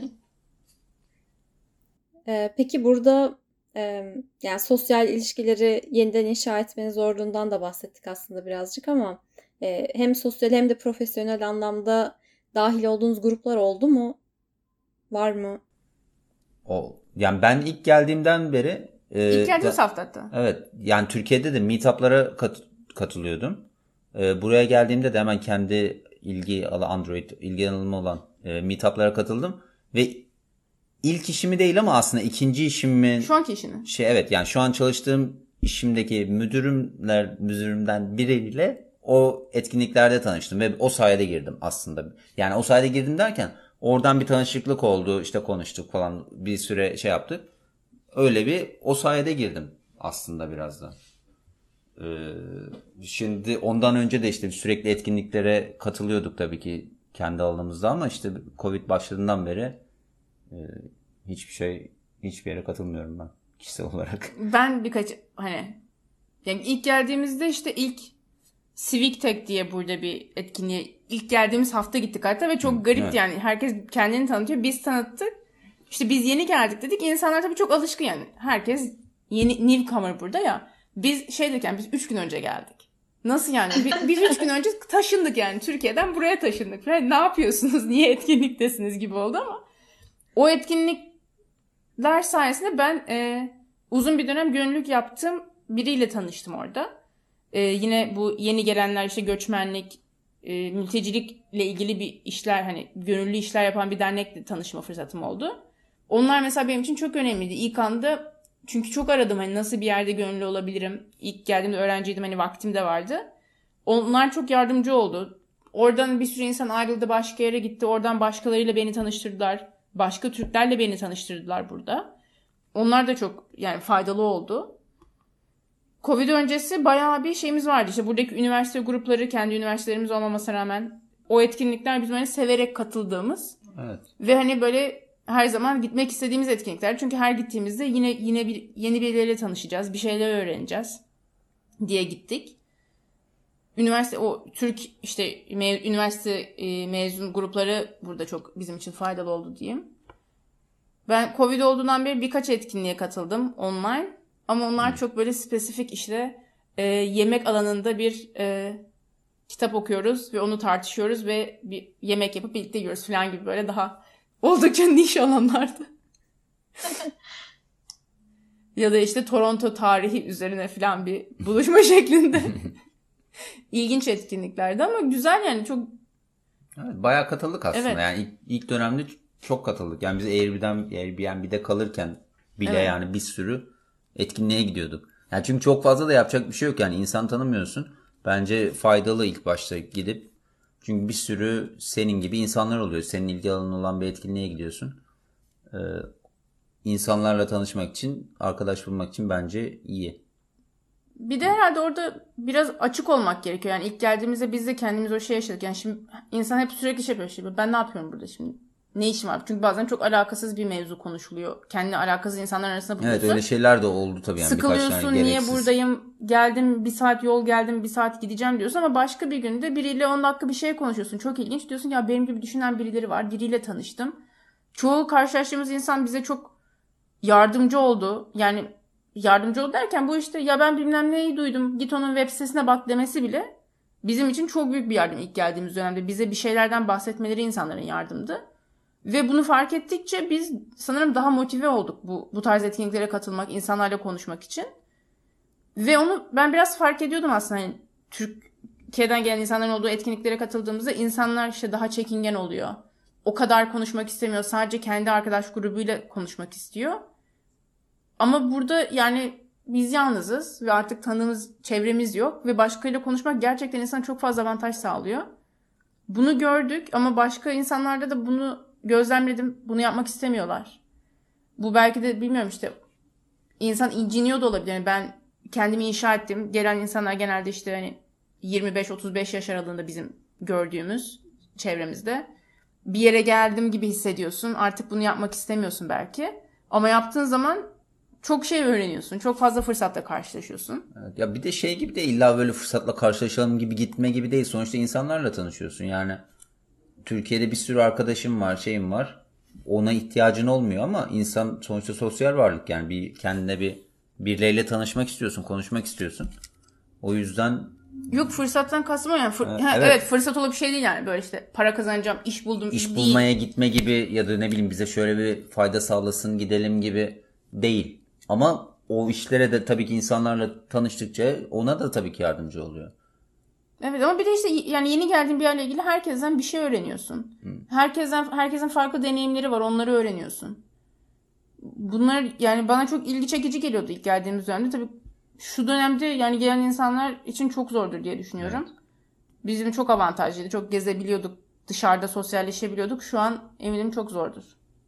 Peki burada yani sosyal ilişkileri yeniden inşa etmenin zorluğundan da bahsettik aslında birazcık ama hem sosyal hem de profesyonel anlamda dahil olduğunuz gruplar oldu mu? Var mı? Yani ben ilk geldiğimden beri İlk geldiğimiz hafta hatta. evet yani Türkiye'de de meetup'lara katılıyordum. Buraya geldiğimde de hemen kendi Android ilgi alanım olan meetup'lara katıldım ve ilk işimi değil ama aslında ikinci işimin Şu anki işini. evet yani şu an çalıştığım işimdeki müdürümden biriyle o etkinliklerde tanıştım ve o sayede girdim aslında. Yani o sayede girdim derken oradan bir tanışıklık oldu, işte konuştuk falan, bir süre şey yaptık. Öyle o sayede girdim aslında biraz da. Şimdi ondan önce de işte sürekli etkinliklere katılıyorduk tabii ki kendi alanımızda ama işte Covid başladığından beri hiçbir yere katılmıyorum ben kişisel olarak. Ben yani ilk geldiğimizde işte ilk Civic Tech diye burada bir etkinliğe ilk geldiğimiz hafta gittik hatta ve çok garipti evet. yani. Herkes kendini tanıtıyor. Biz tanıttık. İşte biz yeni geldik dedik. İnsanlar tabii çok alışkın yani. Herkes yeni newcomer burada ya. Biz dedik yani biz 3 gün önce geldik. Nasıl yani? Biz 3 gün önce taşındık yani. Türkiye'den buraya taşındık. Yani ne yapıyorsunuz? Niye etkinliktesiniz gibi oldu ama o etkinlikler sayesinde ben uzun bir dönem gönüllülük yaptığım biriyle tanıştım orada. Yine bu yeni gelenler işte göçmenlik, mültecilikle ilgili bir işler hani gönüllü işler yapan bir dernekle tanışma fırsatım oldu. Onlar mesela benim için çok önemliydi. İlk anda çünkü çok aradım hani nasıl bir yerde gönüllü olabilirim. İlk geldiğimde öğrenciydim hani vaktim de vardı. Onlar çok yardımcı oldu. Oradan bir sürü insan ayrıldı başka yere gitti. Oradan başkalarıyla beni tanıştırdılar. Başka Türklerle beni tanıştırdılar burada. Onlar da çok yani faydalı oldu. Covid öncesi bayağı bir şeyimiz vardı. İşte buradaki üniversite grupları kendi üniversitelerimiz olmamasına rağmen o etkinlikler bizim hani severek katıldığımız. Evet. Ve hani böyle her zaman gitmek istediğimiz etkinlikler. Çünkü her gittiğimizde yine yeni birileriyle tanışacağız, bir şeyler öğreneceğiz diye gittik. Üniversite o Türk işte üniversite mezun grupları burada çok bizim için faydalı oldu diyeyim. Ben Covid olduğundan beri birkaç etkinliğe katıldım online. Ama onlar çok böyle spesifik işte yemek alanında bir kitap okuyoruz ve onu tartışıyoruz ve bir yemek yapıp birlikte yiyoruz falan gibi böyle daha oldukça niş alanlardı. Ya da işte Toronto tarihi üzerine falan bir buluşma şeklinde. İlginç etkinliklerdi ama güzel yani çok Evet, bayağı katıldık aslında. Evet, Yani ilk dönemde çok katıldık. Yani biz Airbnb'de kalırken bile evet. yani bir sürü etkinliğe gidiyorduk. Yani çünkü çok fazla da yapacak bir şey yok. Yani insan tanımıyorsun. Bence faydalı ilk başta gidip. Çünkü bir sürü senin gibi insanlar oluyor. Senin ilgi alanın olan bir etkinliğe gidiyorsun. İnsanlarla tanışmak için, arkadaş bulmak için bence iyi. Bir de herhalde orada biraz açık olmak gerekiyor. Yani ilk geldiğimizde biz de kendimiz o şey yaşadık. Yani şimdi insan hep sürekli şey yapıyor. Şimdi ben ne yapıyorum burada şimdi? Ne işim var? Çünkü bazen çok alakasız bir mevzu konuşuluyor. Kendi alakasız insanlar arasında Evet, buluyorsun. öyle şeyler de oldu tabii, yani birkaç tane Sıkılıyorsun, niye gereksiz. buradayım, geldim bir saat yol geldim, bir saat gideceğim diyorsun ama başka bir günde biriyle 10 dakika bir şey konuşuyorsun. Çok ilginç diyorsun ya, benim gibi düşünen birileri var, biriyle tanıştım. Çoğu karşılaştığımız insan bize çok yardımcı oldu. Yani yardımcı oldu derken bu işte ya ben bilmem neyi duydum, git onun web sitesine bak demesi bile bizim için çok büyük bir yardım ilk geldiğimiz dönemde. Bize bir şeylerden bahsetmeleri insanların yardımdı. Ve bunu fark ettikçe biz sanırım daha motive olduk bu tarz etkinliklere katılmak, insanlarla konuşmak için. Ve onu ben biraz fark ediyordum aslında. Hani Türkiye'den gelen insanların olduğu etkinliklere katıldığımızda insanlar işte daha çekingen oluyor. O kadar konuşmak istemiyor. Sadece kendi arkadaş grubuyla konuşmak istiyor. Ama burada yani biz yalnızız ve artık tanıdığımız çevremiz yok. Ve başkalarıyla konuşmak gerçekten insana çok fazla avantaj sağlıyor. Bunu gördük ama başka insanlarda da bunu gözlemledim. Bunu yapmak istemiyorlar. Bu belki de bilmiyorum işte insan inciniyor da olabilir. Yani ben kendimi inşa ettim. Gelen insanlar genelde işte hani 25-35 yaş aralığında bizim gördüğümüz çevremizde. Bir yere geldim gibi hissediyorsun. Artık bunu yapmak istemiyorsun belki. Ama yaptığın zaman çok şey öğreniyorsun. Çok fazla fırsatla karşılaşıyorsun. Evet, ya bir de şey gibi de illa böyle fırsatla karşılaşalım gibi gitme gibi değil. Sonuçta insanlarla tanışıyorsun. Yani Türkiye'de bir sürü arkadaşım var, şeyim var. Ona ihtiyacın olmuyor ama insan sonuçta sosyal varlık, yani bir kendine birileriyle tanışmak istiyorsun, konuşmak istiyorsun. O yüzden Yok, fırsattan kastım o yani. Evet. evet, Fırsat olan bir şey değil yani. Böyle işte para kazanacağım, iş buldum iş değil. bulmaya gitme gibi ya da ne bileyim bize şöyle bir fayda sağlasın gidelim gibi değil. Ama o işlere de tabii ki insanlarla tanıştıkça ona da tabii ki yardımcı oluyor. Evet ama bir de işte yani yeni geldiğin bir yerle ilgili herkesten bir şey öğreniyorsun. Herkesin farklı deneyimleri var, onları öğreniyorsun. Bunlar yani bana çok ilgi çekici geliyordu ilk geldiğimiz dönemde. Tabii şu dönemde yani gelen insanlar için çok zordur diye düşünüyorum. Evet. Bizim çok avantajlıydı. Çok gezebiliyorduk. Dışarıda sosyalleşebiliyorduk. Şu an eminim çok zordur.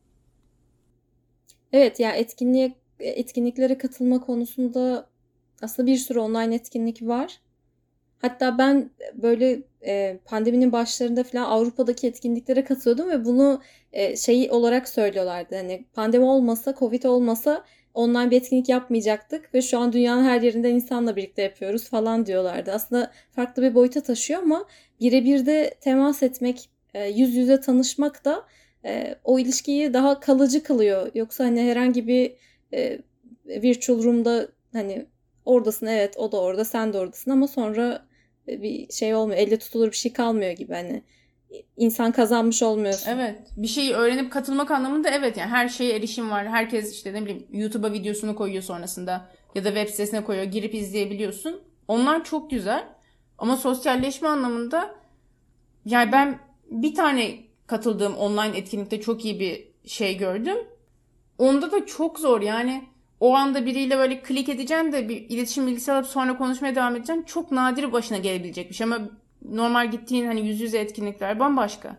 Evet, yani etkinliklere katılma konusunda aslında bir sürü online etkinlik var. Hatta ben böyle pandeminin başlarında falan Avrupa'daki etkinliklere katılıyordum ve bunu şey olarak söylüyorlardı. Hani pandemi olmasa, Covid olmasa online bir etkinlik yapmayacaktık ve şu an dünyanın her yerinden insanla birlikte yapıyoruz falan diyorlardı. Aslında farklı bir boyuta taşıyor ama birebir de temas etmek, yüz yüze tanışmak da o ilişkiyi daha kalıcı kılıyor. Yoksa hani herhangi bir virtual room'da hani oradasın, evet, o da orada, sen de oradasın ama sonra bir şey olmuyor. Elle tutulur bir şey kalmıyor gibi, hani insan kazanmış olmuyorsun. Evet. Bir şeyi öğrenip katılmak anlamında evet yani her şeye erişim var. Herkes işte ne bileyim YouTube'a videosunu koyuyor sonrasında ya da web sitesine koyuyor. Girip izleyebiliyorsun. Onlar çok güzel. Ama sosyalleşme anlamında yani ben bir tane katıldığım online etkinlikte çok iyi bir şey gördüm. Onda da çok zor yani. O anda biriyle böyle klik edeceksin de bir iletişim bilgisi alıp sonra konuşmaya devam edeceksin. Çok nadir başına gelebilecek bir şey ama normal gittiğin hani yüz yüze etkinlikler bambaşka.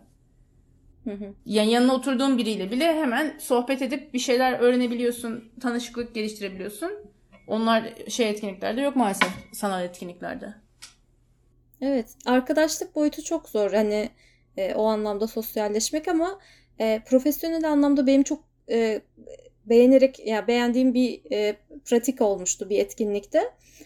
Yani yanına oturduğun biriyle bile hemen sohbet edip bir şeyler öğrenebiliyorsun. Tanışıklık geliştirebiliyorsun. Onlar şey etkinliklerde yok maalesef, sanal etkinliklerde. Evet, arkadaşlık boyutu çok zor hani o anlamda sosyalleşmek ama profesyonel anlamda benim çok beğenerek ya beğendiğim bir pratik olmuştu bir etkinlikte.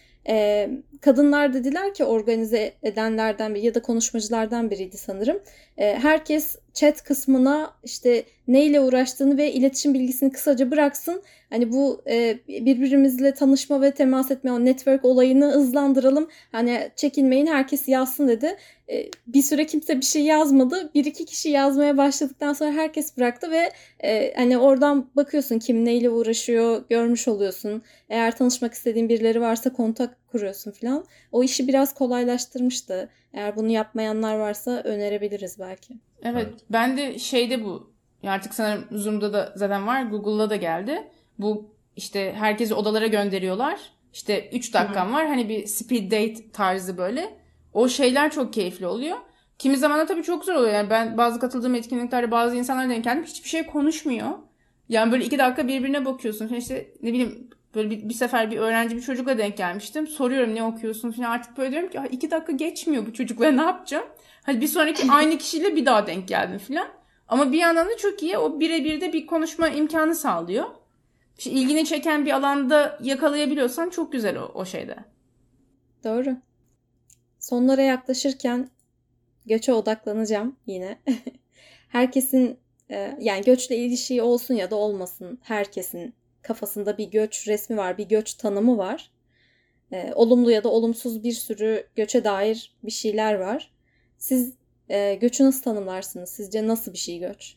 Kadınlar dediler ki organize edenlerden biri ya da konuşmacılardan biriydi sanırım. Herkes chat kısmına işte neyle uğraştığını ve iletişim bilgisini kısaca bıraksın. Hani bu birbirimizle tanışma ve temas etme, o network olayını hızlandıralım. Hani çekinmeyin, herkes yazsın dedi. Bir süre kimse bir şey yazmadı. Bir iki kişi yazmaya başladıktan sonra herkes bıraktı ve hani oradan bakıyorsun kim neyle uğraşıyor, görmüş oluyorsun. Eğer tanışmak istediğin birileri varsa kuruyorsun falan. O işi biraz kolaylaştırmıştı. Eğer bunu yapmayanlar varsa önerebiliriz belki. Evet, ben de şeyde bu artık sanırım Zoom'da da zaten var, Google'da da geldi. Bu işte herkesi odalara gönderiyorlar. İşte 3 dakikan var, hani bir speed date tarzı böyle. O şeyler çok keyifli oluyor. Kimi zaman da tabii çok zor oluyor. Yani ben bazı katıldığım etkinliklerde bazı insanlar denk geldim, hiçbir şey konuşmuyor. Yani böyle 2 dakika birbirine bakıyorsun. İşte ne bileyim, böyle bir sefer bir öğrenci bir çocukla denk gelmiştim. Soruyorum ne okuyorsun falan, artık böyle diyorum ki 2 dakika geçmiyor bu çocukla, ne yapacağım? Hadi bir sonraki aynı kişiyle bir daha denk geldim falan. Ama bir yandan da çok iyi. O birebir de bir konuşma imkanı sağlıyor. İşte ilgini çeken bir alanda yakalayabiliyorsan çok güzel o şeyde. Doğru. Sonlara yaklaşırken göçe odaklanacağım yine. Herkesin yani göçle ilişiği olsun ya da olmasın, herkesin kafasında bir göç resmi var, bir göç tanımı var. Olumlu ya da olumsuz bir sürü göçe dair bir şeyler var. Siz göçü nasıl tanımlarsınız? Sizce nasıl bir şey göç?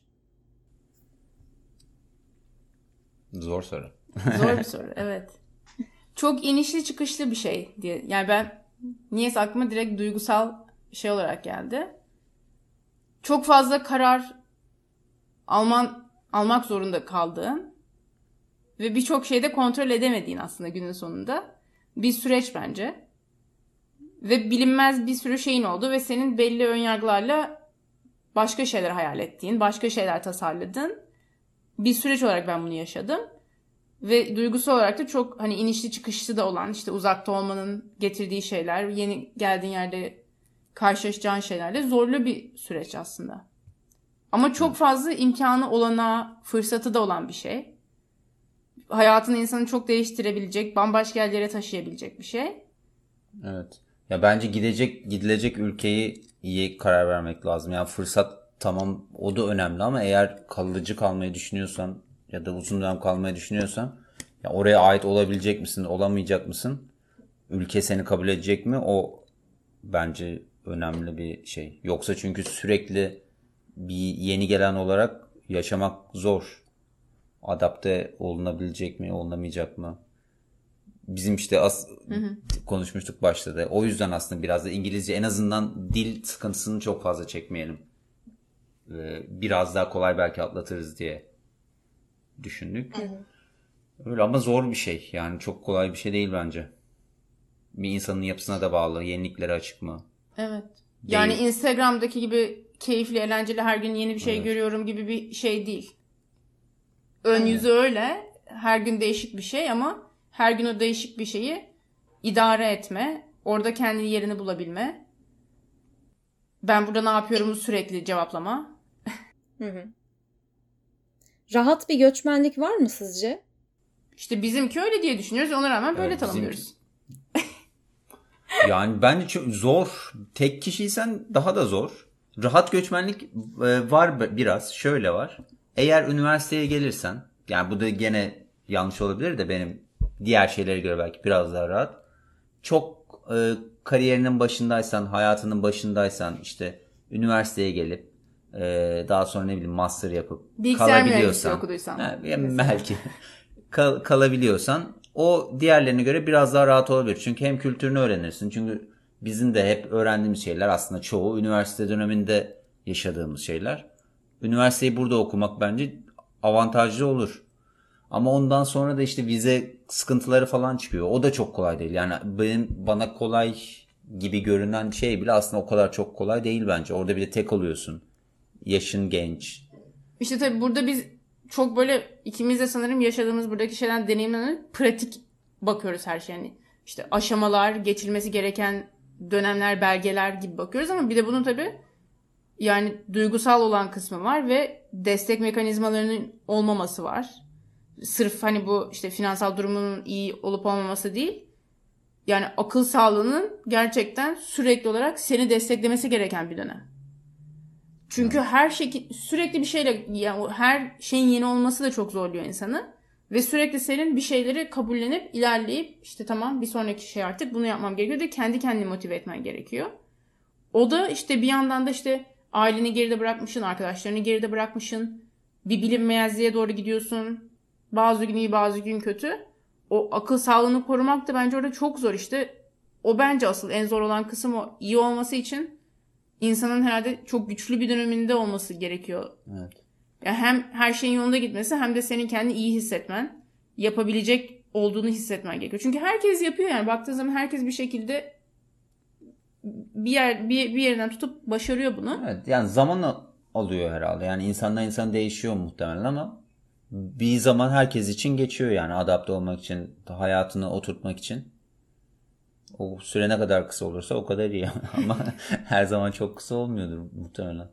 Zor soru. Zor bir soru, evet. Çok inişli çıkışlı bir şey diye. Yani ben niyeyse aklıma direkt duygusal şey olarak geldi. Çok fazla karar almak zorunda kaldığın ve birçok şeyde kontrol edemediğin aslında günün sonunda bir süreç bence. Ve bilinmez bir sürü şeyin oldu ve senin belli önyargılarla başka şeyler hayal ettiğin, başka şeyler tasarladığın bir süreç olarak ben bunu yaşadım. Ve duygusal olarak da çok hani inişli çıkışlı da olan, işte uzakta olmanın getirdiği şeyler, yeni geldiğin yerde karşılaşacağın şeylerle zorlu bir süreç aslında. Ama çok fazla imkanı, olanağı, fırsatı da olan bir şey. Hayatın insanı çok değiştirebilecek, bambaşka yerlere taşıyabilecek bir şey. Evet. Ya bence gidilecek ülkeyi iyi karar vermek lazım. Yani fırsat tamam, o da önemli ama eğer kalıcı kalmayı düşünüyorsan ya da uzun dönem kalmayı düşünüyorsan, ya oraya ait olabilecek misin, olamayacak mısın? Ülke seni kabul edecek mi? O bence önemli bir şey. Yoksa çünkü sürekli bir yeni gelen olarak yaşamak zor. Adapte olunabilecek mi, olunamayacak mı? Bizim işte konuşmuştuk başta da. O yüzden aslında biraz da İngilizce, en azından dil sıkıntısını çok fazla çekmeyelim. Biraz daha kolay belki atlatırız diye düşündük. Öyle ama zor bir şey. Yani çok kolay bir şey değil bence. Bir insanın yapısına da bağlı. Yeniliklere açık mı? Evet. Yani Değil. Instagram'daki gibi keyifli, eğlenceli, her gün yeni bir şey görüyorum gibi bir şey değil. Ön yüzü öyle. Her gün değişik bir şey ama her gün o değişik bir şeyi idare etme. Orada kendi yerini bulabilme. Ben burada ne yapıyorumu sürekli cevaplama. Rahat bir göçmenlik var mı sizce? İşte bizimki öyle diye düşünüyoruz. Ona rağmen böyle Evet, tanımlıyoruz. Yani bence çok zor. Tek kişiysen daha da zor. Rahat göçmenlik var biraz. Şöyle var. Eğer üniversiteye gelirsen, yani bu da gene yanlış olabilir de benim diğer şeylere göre belki biraz daha rahat. Çok kariyerinin başındaysan, hayatının başındaysan, işte üniversiteye gelip daha sonra ne bileyim master yapıp Bilgisayar mühendisliği kalabiliyorsan, okuduysan. belki kalabiliyorsan, o diğerlerine göre biraz daha rahat olabilir. Çünkü hem kültürünü öğrenirsin. Çünkü bizim de hep öğrendiğimiz şeyler aslında çoğu üniversite döneminde yaşadığımız şeyler. Üniversiteyi burada okumak bence avantajlı olur. Ama ondan sonra da işte vize sıkıntıları falan çıkıyor. O da çok kolay değil. Yani bana kolay gibi görünen şey bile aslında o kadar çok kolay değil bence. Orada bir de tek oluyorsun. Yaşın genç. İşte tabii burada biz çok böyle ikimiz de sanırım yaşadığımız buradaki şeyden deneyimlenip pratik bakıyoruz her şeye. Yani işte aşamalar, geçilmesi gereken dönemler, belgeler gibi bakıyoruz ama bir de bunun tabii yani duygusal olan kısmı var ve destek mekanizmalarının olmaması var. Sırf hani bu işte finansal durumunun iyi olup olmaması değil. Yani akıl sağlığının gerçekten sürekli olarak seni desteklemesi gereken bir dönem. Çünkü her şey sürekli bir şeyle, yani her şeyin yeni olması da çok zorluyor insanı. Ve sürekli senin bir şeyleri kabullenip ilerleyip işte tamam bir sonraki şey artık bunu yapmam gerekiyor diye kendi kendini motive etmen gerekiyor. O da işte bir yandan da işte aileni geride bırakmışsın, arkadaşlarını geride bırakmışsın. Bir bilinmezliğe doğru gidiyorsun. Bazı gün iyi, bazı gün kötü. O akıl sağlığını korumak da bence orada çok zor işte. o bence asıl en zor olan kısım o. İyi olması için insanın herhalde çok güçlü bir döneminde olması gerekiyor. Evet. Yani hem her şeyin yolunda gitmesi hem de senin kendini iyi hissetmen, yapabilecek olduğunu hissetmen gerekiyor. Çünkü herkes yapıyor yani. Baktığın zaman herkes bir şekilde bir yerinden tutup başarıyor bunu. Evet, yani zaman alıyor herhalde. Yani insandan insan değişiyor muhtemelen ama bir zaman herkes için geçiyor yani adapte olmak için, hayatını oturtmak için. O süre ne kadar kısa olursa o kadar iyi ama her zaman çok kısa olmuyordur muhtemelen.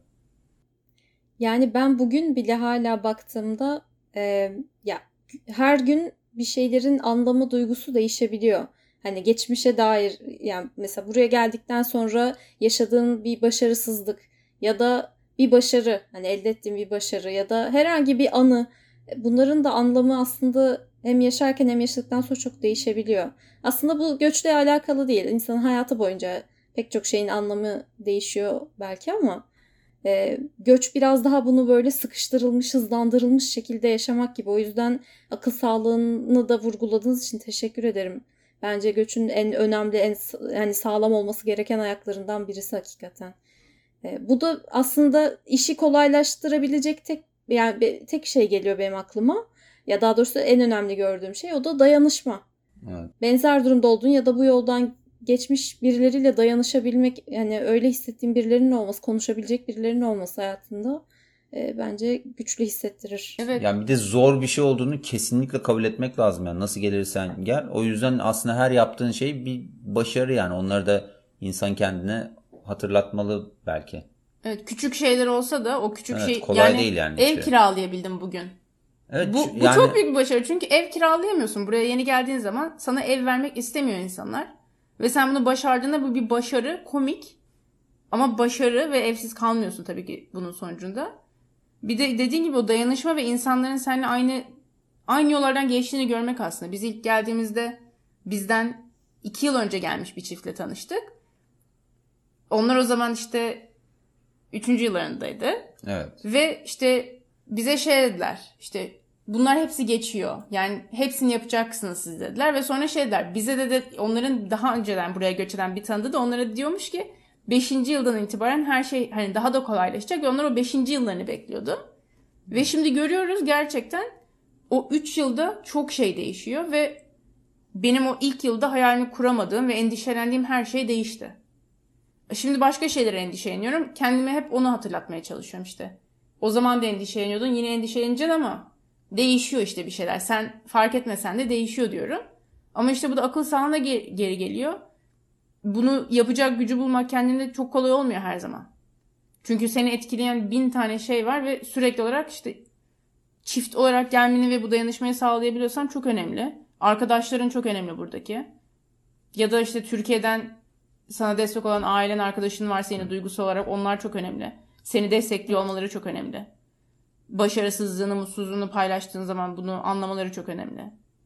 Yani ben bugün bile hala baktığımda e, ya her gün bir şeylerin anlamı duygusu değişebiliyor. Hani geçmişe dair yani mesela buraya geldikten sonra yaşadığın bir başarısızlık ya da bir başarı hani elde ettiğin bir başarı ya da herhangi bir anı bunların da anlamı aslında hem yaşarken hem yaşadıktan sonra çok değişebiliyor. Aslında bu göçle alakalı değil. İnsanın hayatı boyunca pek çok şeyin anlamı değişiyor belki ama göç biraz daha bunu böyle sıkıştırılmış, hızlandırılmış şekilde yaşamak gibi. O yüzden akıl sağlığını da vurguladığınız için teşekkür ederim. Bence göçün en önemli, en yani sağlam olması gereken ayaklarından birisi hakikaten. Bu da aslında işi kolaylaştırabilecek tek şey geliyor benim aklıma. Ya daha doğrusu en önemli gördüğüm şey o da dayanışma. Evet. Benzer durumda olduğun ya da bu yoldan geçmiş birileriyle dayanışabilmek yani öyle hissettiğin birilerinin olması, konuşabilecek birilerinin olması hayatında bence güçlü hissettirir. Evet. Yani bir de zor bir şey olduğunu kesinlikle kabul etmek lazım yani nasıl gelirsen gel. O yüzden aslında her yaptığın şey bir başarı yani onları da insan kendine hatırlatmalı belki. Evet, küçük şeyler olsa da o küçük Evet, şey kolay yani değil yani ev işte. kiralayabildim bugün. Evet, Bu yani çok büyük bir başarı. Çünkü ev kiralayamıyorsun. Buraya yeni geldiğin zaman sana ev vermek istemiyor insanlar. Ve sen bunu başardığında bu bir başarı, komik. Ama başarı ve evsiz kalmıyorsun tabii ki bunun sonucunda. Bir de dediğin gibi o dayanışma ve insanların seninle aynı yollardan geçtiğini görmek aslında. Biz ilk geldiğimizde bizden 2 yıl önce gelmiş bir çiftle tanıştık. Onlar o zaman işte 3. yıllarındaydı. evet. Ve işte bize şey dediler. İşte bunlar hepsi geçiyor. Yani hepsini yapacaksınız siz dediler. Ve sonra şey dediler. Bize de onların daha önceden buraya göç eden bir tanıdığı da onlara diyormuş ki 5. yıldan itibaren her şey hani daha da kolaylaşacak. Ve onlar o 5. yıllarını bekliyordu. Ve şimdi görüyoruz gerçekten o 3 yılda çok şey değişiyor. Ve benim o ilk yılda hayalini kuramadığım ve endişelendiğim her şey değişti. Şimdi başka şeylere endişeleniyorum. Kendime hep onu hatırlatmaya çalışıyorum işte. O zaman da endişeleniyordun. Yine endişeleneceksin ama değişiyor işte bir şeyler. Sen fark etmesen de değişiyor diyorum. Ama işte bu da akıl sağlığına geri geliyor. Bunu yapacak gücü bulmak kendinde çok kolay olmuyor her zaman. Çünkü seni etkileyen 1000 tane şey var ve sürekli olarak işte çift olarak gelmeni ve bu dayanışmayı sağlayabiliyorsan çok önemli. Arkadaşların çok önemli buradaki. Ya da işte Türkiye'den sana destek olan ailen, arkadaşın varsa yine duygusal olarak onlar çok önemli. Seni destekliyor olmaları çok önemli. Başarısızlığını, mutsuzluğunu paylaştığın zaman bunu anlamaları çok önemli.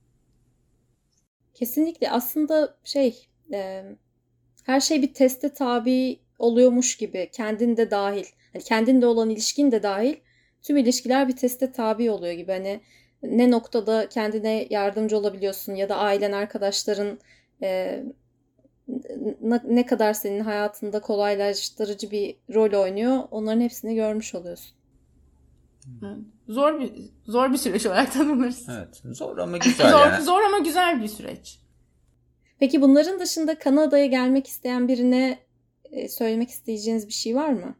Kesinlikle aslında her şey bir teste tabi oluyormuş gibi kendin de dahil. Hani kendinle olan ilişkin de dahil. Tüm ilişkiler bir teste tabi oluyor gibi. Hani ne noktada kendine yardımcı olabiliyorsun ya da ailen, arkadaşların ne kadar senin hayatında kolaylaştırıcı bir rol oynuyor. Onların hepsini görmüş oluyorsun. Zor bir süreç olarak tanımlarız. Evet. Zor ama güzel yani. Zor ama güzel bir süreç. Peki bunların dışında Kanada'ya gelmek isteyen birine söylemek isteyeceğiniz bir şey var mı?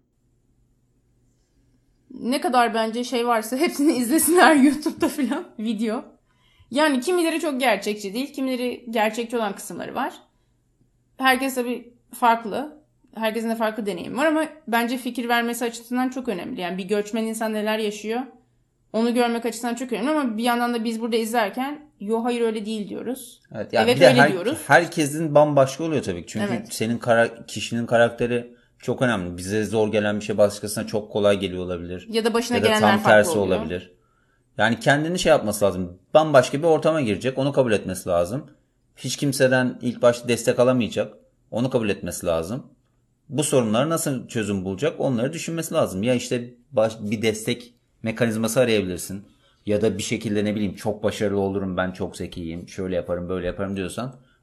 Ne kadar bence şey varsa hepsini izlesinler YouTube'da falan video. Yani kimileri çok gerçekçi değil, kimileri gerçekçi olan kısımları var. Herkes tabii farklı. Herkesin de farklı deneyimi var ama bence fikir vermesi açısından çok önemli. Yani bir göçmen insan neler yaşıyor onu görmek açısından çok önemli ama bir yandan da biz burada izlerken yo hayır öyle değil diyoruz. Evet, yani evet bir de öyle diyoruz. herkesin bambaşka oluyor tabii ki. Çünkü Evet. senin kişinin karakteri çok önemli. Bize zor gelen bir şey başkasına çok kolay geliyor olabilir. Ya da başına ya da gelenler tam farklı tersi oluyor. olabilir. Yani kendini şey yapması lazım. Bambaşka bir ortama girecek. Onu kabul etmesi lazım. Hiç kimseden ilk başta destek alamayacak. Onu kabul etmesi lazım. Bu sorunlara nasıl çözüm bulacak? Onları düşünmesi lazım. Ya işte bir destek mekanizması arayabilirsin. Ya da bir şekilde ne bileyim çok başarılı olurum ben çok zekiyim. Şöyle yaparım böyle yaparım diyorsan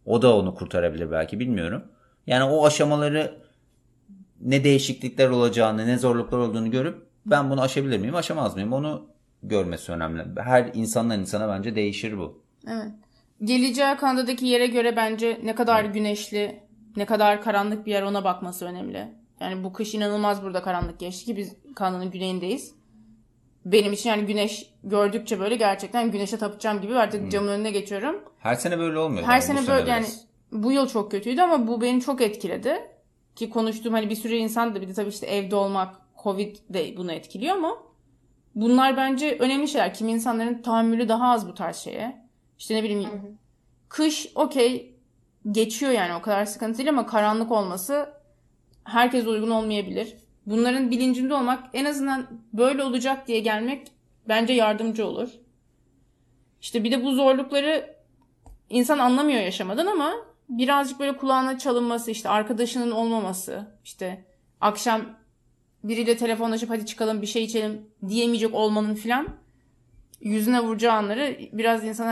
O da onu kurtarabilir belki, bilmiyorum. Yani o aşamaları, ne değişiklikler olacağını, ne zorluklar olduğunu görüp ben bunu aşabilir miyim, aşamaz mıyım, onu görmesi önemli. Her insandan insana bence değişir bu. Evet. Geleceği Kanada'daki yere göre bence ne kadar güneşli, ne kadar karanlık bir yer, ona bakması önemli. Yani bu kış inanılmaz burada karanlık geçti ki biz Kanada'nın güneyindeyiz. Benim için yani güneş gördükçe böyle gerçekten güneşe tapacağım gibi artık camın önüne geçiyorum. Her sene böyle olmuyor. Her Yani sene bu böyle yani biraz. bu yıl çok kötüydü ama bu beni çok etkiledi. Ki konuştuğum hani bir sürü insan da, bir de tabii işte evde olmak, Covid de bunu etkiliyor ama bunlar bence önemli şeyler. Kimi insanların tahammülü daha az bu tarz şeye. İşte ne bileyim, kış okey geçiyor yani, o kadar sıkıntı değil ama karanlık olması herkese uygun olmayabilir. Bunların bilincinde olmak, en azından böyle olacak diye gelmek bence yardımcı olur. İşte bir de bu zorlukları insan anlamıyor yaşamadan ama birazcık böyle kulağına çalınması, işte arkadaşının olmaması, işte akşam biriyle telefonlaşıp hadi çıkalım bir şey içelim diyemeyecek olmanın filan yüzüne vuracağı anları biraz insan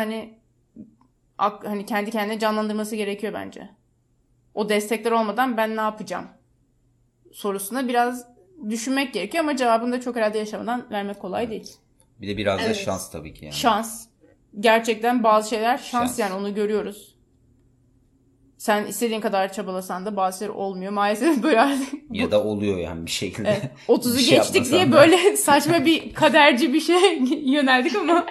hani kendi kendine canlandırması gerekiyor bence. O destekler olmadan ben ne yapacağım sorusuna biraz düşünmek gerekiyor ama cevabını da çok herhalde yaşamadan vermek kolay değil. Bir de biraz da şans tabii ki yani. Şans. Gerçekten bazı şeyler şans Şans. yani, onu görüyoruz. Sen istediğin kadar çabalasan da bazı şeyler olmuyor. Maalesef böyle artık. Ya da oluyor yani bir şekilde. Evet, 30'u Bir şey geçtik yapmasan diye da. böyle saçma bir kaderci bir şeye yöneldik ama.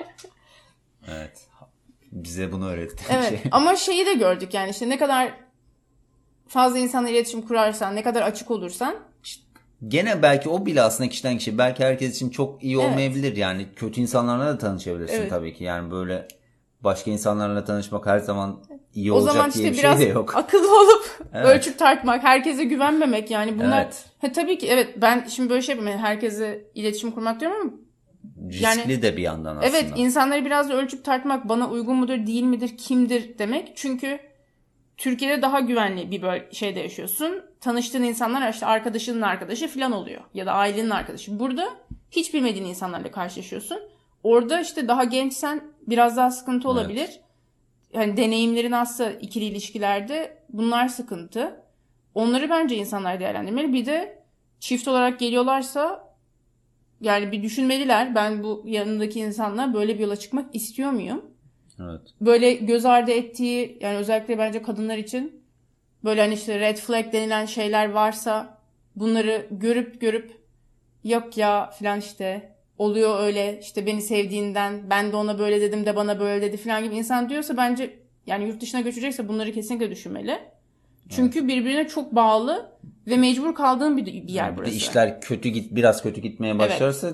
Evet. Bize bunu öğretti. Evet ama şeyi de gördük yani, işte ne kadar fazla insanla iletişim kurarsan, ne kadar açık olursan. Gene belki o bile aslında kişiden kişiye, belki herkes için çok iyi Evet. olmayabilir. Yani kötü insanlarla da tanışabilirsin Evet. tabii ki. Yani böyle başka insanlarla tanışmak her zaman iyi O olacak zaman diye işte bir biraz şey de yok. akıllı olup Evet. ölçüp tartmak, herkese güvenmemek yani bunlar. Evet. Tabii ki evet, ben şimdi böyle şey yapayım, yani herkese iletişim kurmak diyorum ama Riskli de bir yandan aslında. evet, insanları biraz da ölçüp tartmak, bana uygun mudur, değil midir, kimdir demek. Çünkü Türkiye'de daha güvenli bir şeyde yaşıyorsun. Tanıştığın insanlar işte arkadaşının arkadaşı falan oluyor. Ya da ailenin arkadaşı. Burada hiç bilmediğin insanlarla karşılaşıyorsun. Orada işte daha gençsen biraz daha sıkıntı olabilir. Yani deneyimlerin azsa ikili ilişkilerde bunlar sıkıntı. Onları bence insanlar değerlendirmeli. Bir de çift olarak geliyorlarsa yani bir düşünmeliler. Ben bu yanındaki insanla böyle bir yola çıkmak istiyor muyum? Evet. Böyle göz ardı ettiği, yani özellikle bence kadınlar için böyle hani işte red flag denilen şeyler varsa bunları görüp yok ya falan, işte oluyor öyle, işte beni sevdiğinden ben de ona böyle dedim de bana böyle dedi falan gibi insan diyorsa, bence yani yurt dışına göçecekse bunları kesinlikle düşünmeli. Çünkü birbirine çok bağlı ve mecbur kaldığın bir yer Bir de burası. işler biraz kötü gitmeye başlarsa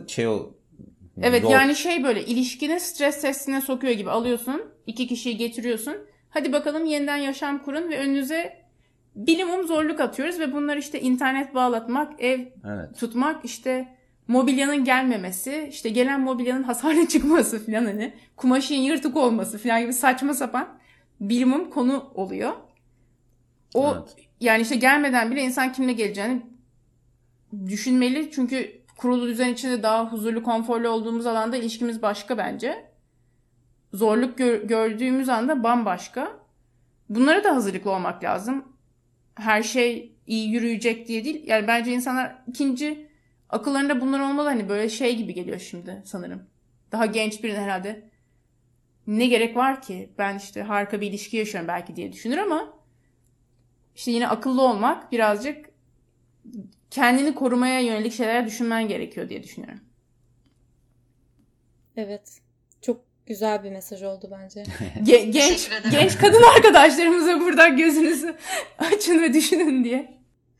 Evet zor. yani böyle ilişkini stres testine sokuyor gibi alıyorsun. 2 kişiyi getiriyorsun. Hadi bakalım yeniden yaşam kurun ve önünüze minimum zorluk atıyoruz ve bunlar işte internet bağlatmak, ev tutmak, işte mobilyanın gelmemesi, işte gelen mobilyanın hasarlı çıkması falan, hani kumaşın yırtık olması falan gibi saçma sapan minimum konu oluyor. Yani işte gelmeden bile insan kimle geleceğini düşünmeli. Çünkü kurulu düzen içinde daha huzurlu, konforlu olduğumuz alanda ilişkimiz başka bence. Zorluk gördüğümüz anda bambaşka. Bunlara da hazırlıklı olmak lazım. Her şey iyi yürüyecek diye değil. Yani bence insanlar ikinci akıllarında bunlar olmalı. Hani böyle şey gibi geliyor şimdi sanırım. Daha genç birinin herhalde ne gerek var ki? Ben işte harika bir ilişki yaşıyorum belki diye düşünür ama işte yine akıllı olmak, birazcık kendini korumaya yönelik şeyler düşünmen gerekiyor diye düşünüyorum. Evet. Çok güzel bir mesaj oldu bence. Genç kadın arkadaşlarımıza buradan gözünüzü açın ve düşünün diye.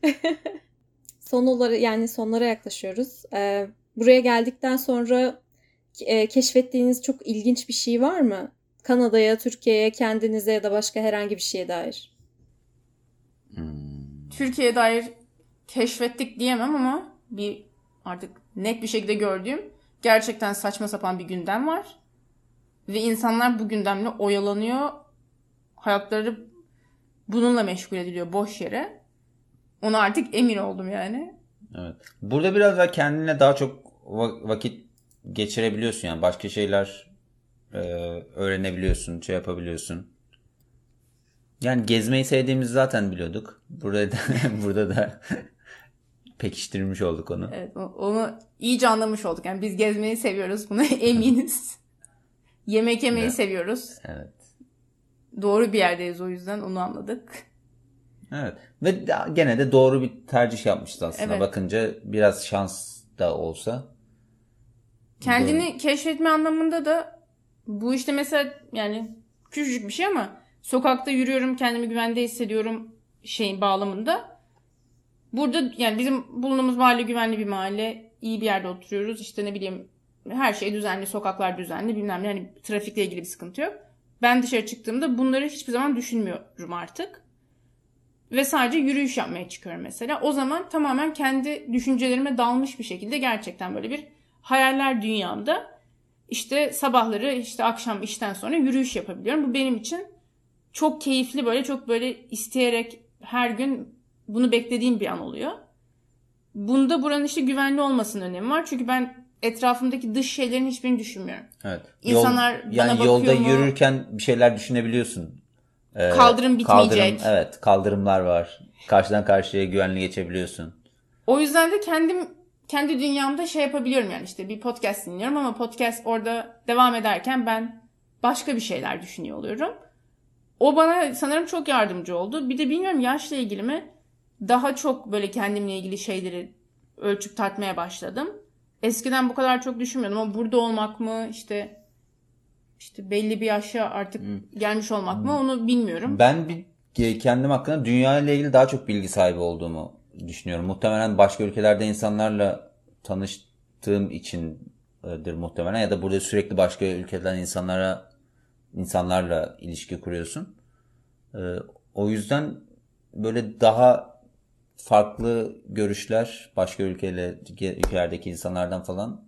Sonlara yaklaşıyoruz. Buraya geldikten sonra keşfettiğiniz çok ilginç bir şey var mı? Kanada'ya, Türkiye'ye, kendinize ya da başka herhangi bir şeye dair. Türkiye'ye dair keşfettik diyemem ama artık net bir şekilde gördüğüm gerçekten saçma sapan bir gündem var. Ve insanlar bu gündemle oyalanıyor. Hayatları bununla meşgul ediliyor boş yere. Ona artık emin oldum yani. Evet. Burada biraz daha kendine daha çok vakit geçirebiliyorsun yani. Başka şeyler öğrenebiliyorsun, yapabiliyorsun. Yani gezmeyi sevdiğimizi zaten biliyorduk. Burada da pekiştirmiş olduk onu. Evet, onu iyice anlamış olduk. Yani biz gezmeyi seviyoruz, buna eminiz. Yemek yemeyi Evet. seviyoruz. Evet. Doğru bir yerdeyiz, o yüzden onu anladık. Evet. Ve gene de doğru bir tercih yapmışız aslında. Evet. Bakınca biraz şans da olsa. Kendini keşfetme anlamında da bu işte mesela yani küçücük bir şey ama sokakta yürüyorum, kendimi güvende hissediyorum şeyin bağlamında. Burada yani bizim bulunduğumuz mahalle güvenli bir mahalle. İyi bir yerde oturuyoruz. İşte ne bileyim her şey düzenli, sokaklar düzenli, bilmem ne. Hani trafikle ilgili bir sıkıntı yok. Ben dışarı çıktığımda bunları hiçbir zaman düşünmüyorum artık. Ve sadece yürüyüş yapmaya çıkıyorum mesela. O zaman tamamen kendi düşüncelerime dalmış bir şekilde gerçekten böyle bir hayaller dünyamda işte sabahları işte akşam işten sonra yürüyüş yapabiliyorum. Bu benim için çok keyifli, böyle çok böyle isteyerek her gün bunu beklediğim bir an oluyor. Bunda buranın işte güvenli olmasının önemi var. Çünkü ben etrafımdaki dış şeylerin hiçbirini düşünmüyorum. Evet. İnsanlar bana yani bakıyor yolda mu? yürürken bir şeyler düşünebiliyorsun. Kaldırım bitmeyecek. Evet, kaldırımlar var. Karşıdan karşıya güvenli geçebiliyorsun. O yüzden de kendi dünyamda şey yapabiliyorum, yani işte bir podcast dinliyorum ama podcast orada devam ederken ben başka bir şeyler düşünüyor oluyorum. O bana sanırım çok yardımcı oldu. Bir de bilmiyorum, yaşla ilgili mi, daha çok böyle kendimle ilgili şeyleri ölçüp tartmaya başladım. Eskiden bu kadar çok düşünmüyordum ama burada olmak mı, işte belli bir yaşa artık gelmiş olmak mı, onu bilmiyorum. Ben kendim hakkında dünya ile ilgili daha çok bilgi sahibi olduğumu düşünüyorum. Muhtemelen başka ülkelerde insanlarla tanıştığım içindir muhtemelen, ya da burada sürekli başka ülkelerden insanlarla ilişki kuruyorsun. O yüzden böyle daha farklı görüşler başka ülkelerdeki insanlardan falan,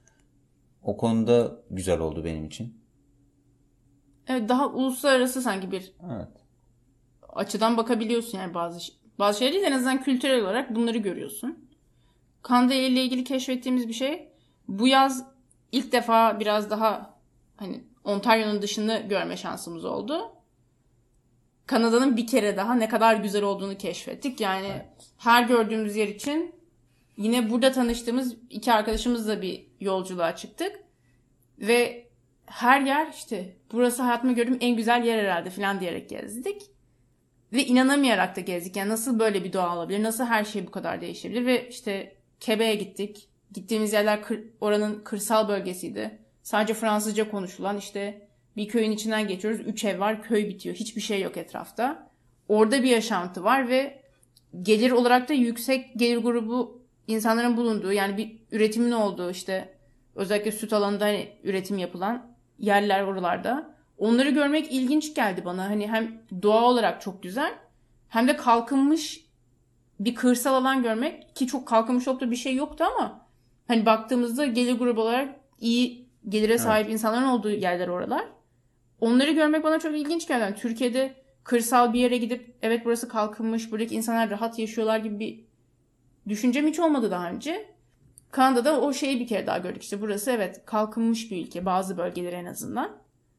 o konuda güzel oldu benim için. Evet, daha uluslararası sanki bir Evet. açıdan bakabiliyorsun yani bazı şeyler değil, en azından kültürel olarak bunları görüyorsun. Kanada ile ilgili keşfettiğimiz bir şey, bu yaz ilk defa biraz daha hani Ontario'nun dışını görme şansımız oldu. Kanada'nın bir kere daha ne kadar güzel olduğunu keşfettik. Yani her gördüğümüz yer için yine burada tanıştığımız iki arkadaşımızla bir yolculuğa çıktık. Ve her yer işte burası hayatımda gördüğüm en güzel yer herhalde falan diyerek gezdik. Ve inanamayarak da gezdik. Yani nasıl böyle bir doğa olabilir? Nasıl her şey bu kadar değişebilir? Ve işte Quebec'e gittik. Gittiğimiz yerler oranın kırsal bölgesiydi. Sadece Fransızca konuşulan, işte bir köyün içinden geçiyoruz. 3 ev var, köy bitiyor. Hiçbir şey yok etrafta. Orada bir yaşantı var ve gelir olarak da yüksek gelir grubu insanların bulunduğu, yani bir üretimin olduğu, işte özellikle süt alanında hani üretim yapılan yerler oralarda. Onları görmek ilginç geldi bana. Hani hem doğa olarak çok güzel hem de kalkınmış bir kırsal alan görmek, ki çok kalkınmış olup da bir şey yoktu ama hani baktığımızda gelir grubu olarak iyi gelire sahip insanların olduğu yerler oralar. Onları görmek bana çok ilginç geldi. Yani Türkiye'de kırsal bir yere gidip evet burası kalkınmış, buradaki insanlar rahat yaşıyorlar gibi bir düşüncem hiç olmadı daha önce. Kanada'da o şeyi bir kere daha gördük. İşte burası evet kalkınmış bir ülke, bazı bölgeleri en azından.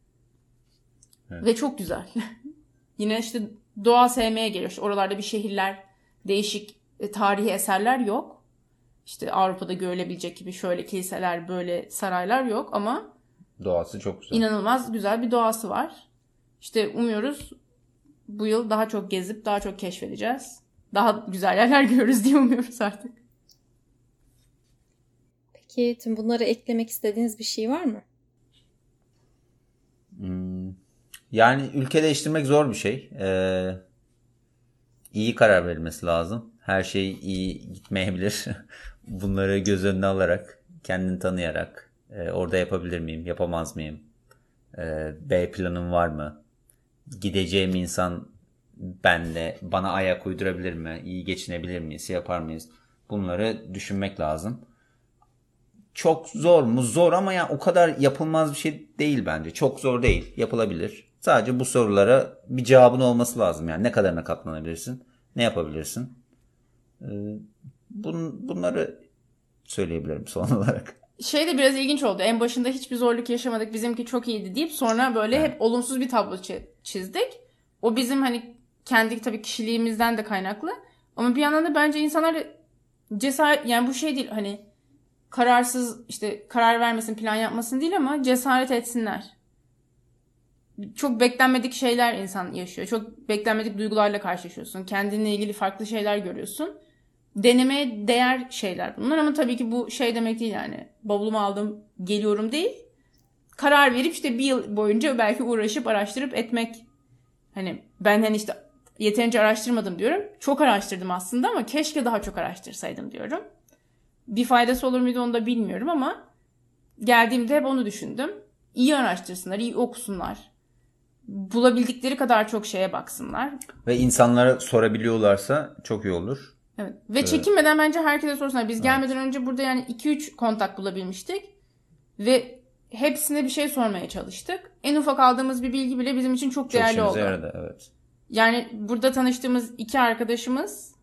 Evet. Ve çok güzel. Yine işte doğa sevmeye geliyor. İşte oralarda bir şehirler, değişik tarihi eserler yok. İşte Avrupa'da görülebilecek gibi şöyle kiliseler, böyle saraylar yok ama doğası çok güzel. İnanılmaz güzel bir doğası var. İşte umuyoruz bu yıl daha çok gezip daha çok keşfedeceğiz. Daha güzel yerler görürüz diye umuyoruz artık. Peki tüm bunları eklemek istediğiniz bir şey var mı? Yani ülke değiştirmek zor bir şey. İyi karar verilmesi lazım. Her şey iyi gitmeyebilir. Bunları göz önüne alarak, kendini tanıyarak, orada yapabilir miyim, yapamaz mıyım? B planım var mı? Gideceğim insan bana ayak uydurabilir mi? İyi geçinebilir miyiz? Yapar mıyız? Bunları düşünmek lazım. Çok zor mu? Zor ama yani o kadar yapılmaz bir şey değil bence. Çok zor değil. Yapılabilir. Sadece bu sorulara bir cevabın olması lazım. Yani ne kadarına katlanabilirsin? Ne yapabilirsin? Bunları söyleyebilirim son olarak. Şey de biraz ilginç oldu. En başında hiçbir zorluk yaşamadık, bizimki çok iyiydi deyip sonra böyle hep olumsuz bir tablo çizdik. O bizim hani kendi tabii kişiliğimizden de kaynaklı. Ama bir yandan da bence insanlar cesaret, yani bu şey değil hani kararsız işte karar vermesin, plan yapmasın değil ama cesaret etsinler. Çok beklenmedik şeyler insan yaşıyor. Çok beklenmedik duygularla karşılaşıyorsun. Kendinle ilgili farklı şeyler görüyorsun. Denemeye değer şeyler bunlar ama tabii ki bu şey demek değil yani. Bavulumu aldım, geliyorum değil. Karar verip işte bir yıl boyunca belki uğraşıp araştırıp etmek. Hani ben hani işte yeterince araştırmadım diyorum. Çok araştırdım aslında ama keşke daha çok araştırsaydım diyorum. Bir faydası olur muydu onu da bilmiyorum ama geldiğimde hep onu düşündüm. İyi araştırsınlar, iyi okusunlar. Bulabildikleri kadar çok şeye baksınlar. Ve insanlara sorabiliyorlarsa çok iyi olur. Evet. Ve çekinmeden bence herkese sorsunlar. Biz gelmeden önce burada yani 2-3 kontak bulabilmiştik. Ve hepsine bir şey sormaya çalıştık. En ufak aldığımız bir bilgi bile bizim için çok değerli oldu. Çok işimize yaradı, evet. Yani burada tanıştığımız 2 arkadaşımız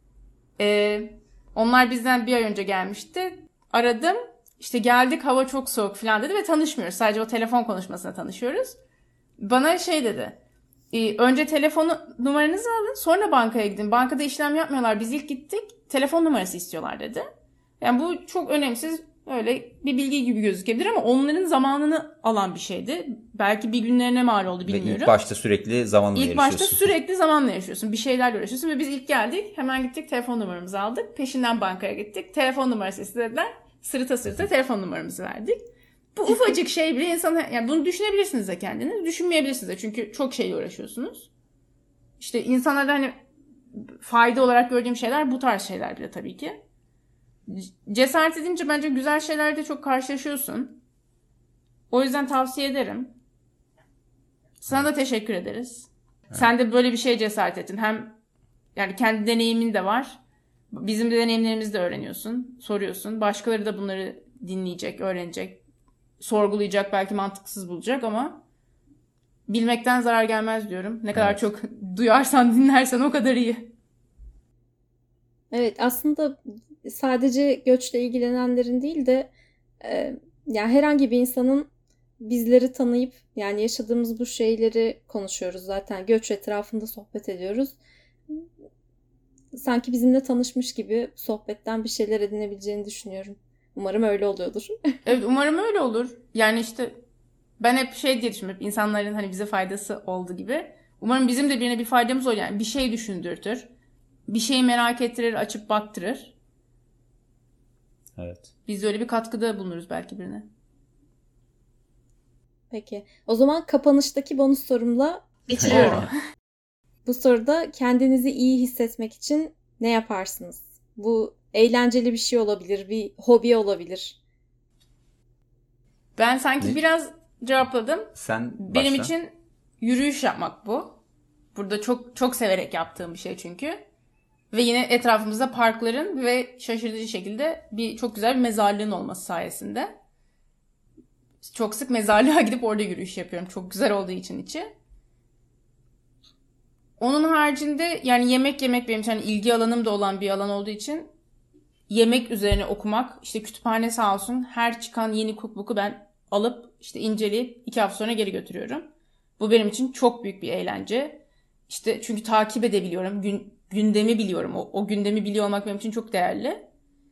onlar bizden bir ay önce gelmişti. Aradım. İşte geldik hava çok soğuk falan dedi ve tanışmıyoruz. Sadece o telefon konuşmasına tanışıyoruz. Bana şey dedi. Önce telefonu numaranızı alın sonra bankaya gidin. Bankada işlem yapmıyorlar. Biz ilk gittik. Telefon numarası istiyorlar dedi. Yani bu çok önemsiz öyle bir bilgi gibi gözükebilir ama onların zamanını alan bir şeydi. Belki bir günlerine mal oldu bilmiyorum. Ve ilk başta sürekli zamanla yaşıyorsun. İlk başta sürekli zamanla yaşıyorsun. Bir şeylerle uğraşıyorsun ve biz ilk geldik. Hemen gittik telefon numaramızı aldık. Peşinden bankaya gittik. Telefon numarası istediler. Sırıta sırıta telefon numaramızı verdik. Bu ufacık şey bile insan yani bunu düşünebilirsiniz de kendiniz. Düşünmeyebilirsiniz de çünkü çok şeyle uğraşıyorsunuz. İşte insanlarda hani fayda olarak gördüğüm şeyler bu tarz şeyler bile tabii ki. Cesaret edince bence güzel şeylerle çok karşılaşıyorsun. O yüzden tavsiye ederim. Sana da teşekkür ederiz. Evet. Sen de böyle bir şeye cesaret ettin. Hem yani kendi deneyimin de var. Bizim de deneyimlerimizi de öğreniyorsun. Soruyorsun. Başkaları da bunları dinleyecek, öğrenecek. Sorgulayacak, belki mantıksız bulacak ama bilmekten zarar gelmez diyorum. Ne kadar çok duyarsan, dinlersen o kadar iyi. Evet, aslında sadece göçle ilgilenenlerin değil de yani herhangi bir insanın bizleri tanıyıp yani yaşadığımız bu şeyleri konuşuyoruz zaten. Göç etrafında sohbet ediyoruz. Sanki bizimle tanışmış gibi sohbetten bir şeyler edinebileceğini düşünüyorum. Umarım öyle oluyordur. Evet, umarım öyle olur. Yani işte ben hep şey diye düşünüyorum. İnsanların hani bize faydası oldu gibi. Umarım bizim de birine bir faydamız olur. Yani bir şey düşündürtür. Bir şeyi merak ettirir, açıp baktırır. Evet. Biz de öyle bir katkıda bulunuruz belki birine. Peki. O zaman kapanıştaki bonus sorumla bitiriyorum. Bu soruda kendinizi iyi hissetmek için ne yaparsınız? Bu eğlenceli bir şey olabilir, bir hobi olabilir. Ben sanki biraz cevapladım. Sen başla. Benim için yürüyüş yapmak bu. Burada çok çok severek yaptığım bir şey çünkü. Ve yine etrafımızda parkların ve şaşırtıcı şekilde çok güzel bir mezarlığın olması sayesinde. Çok sık mezarlığa gidip orada yürüyüş yapıyorum. Çok güzel olduğu için içi. Onun haricinde yani yemek benim için hani ilgi alanım da olan bir alan olduğu için yemek üzerine okumak, işte kütüphane sağ olsun her çıkan yeni cookbook'u ben alıp işte inceleyip 2 hafta sonra geri götürüyorum. Bu benim için çok büyük bir eğlence. İşte çünkü takip edebiliyorum, gündemi biliyorum. O gündemi biliyor olmak benim için çok değerli.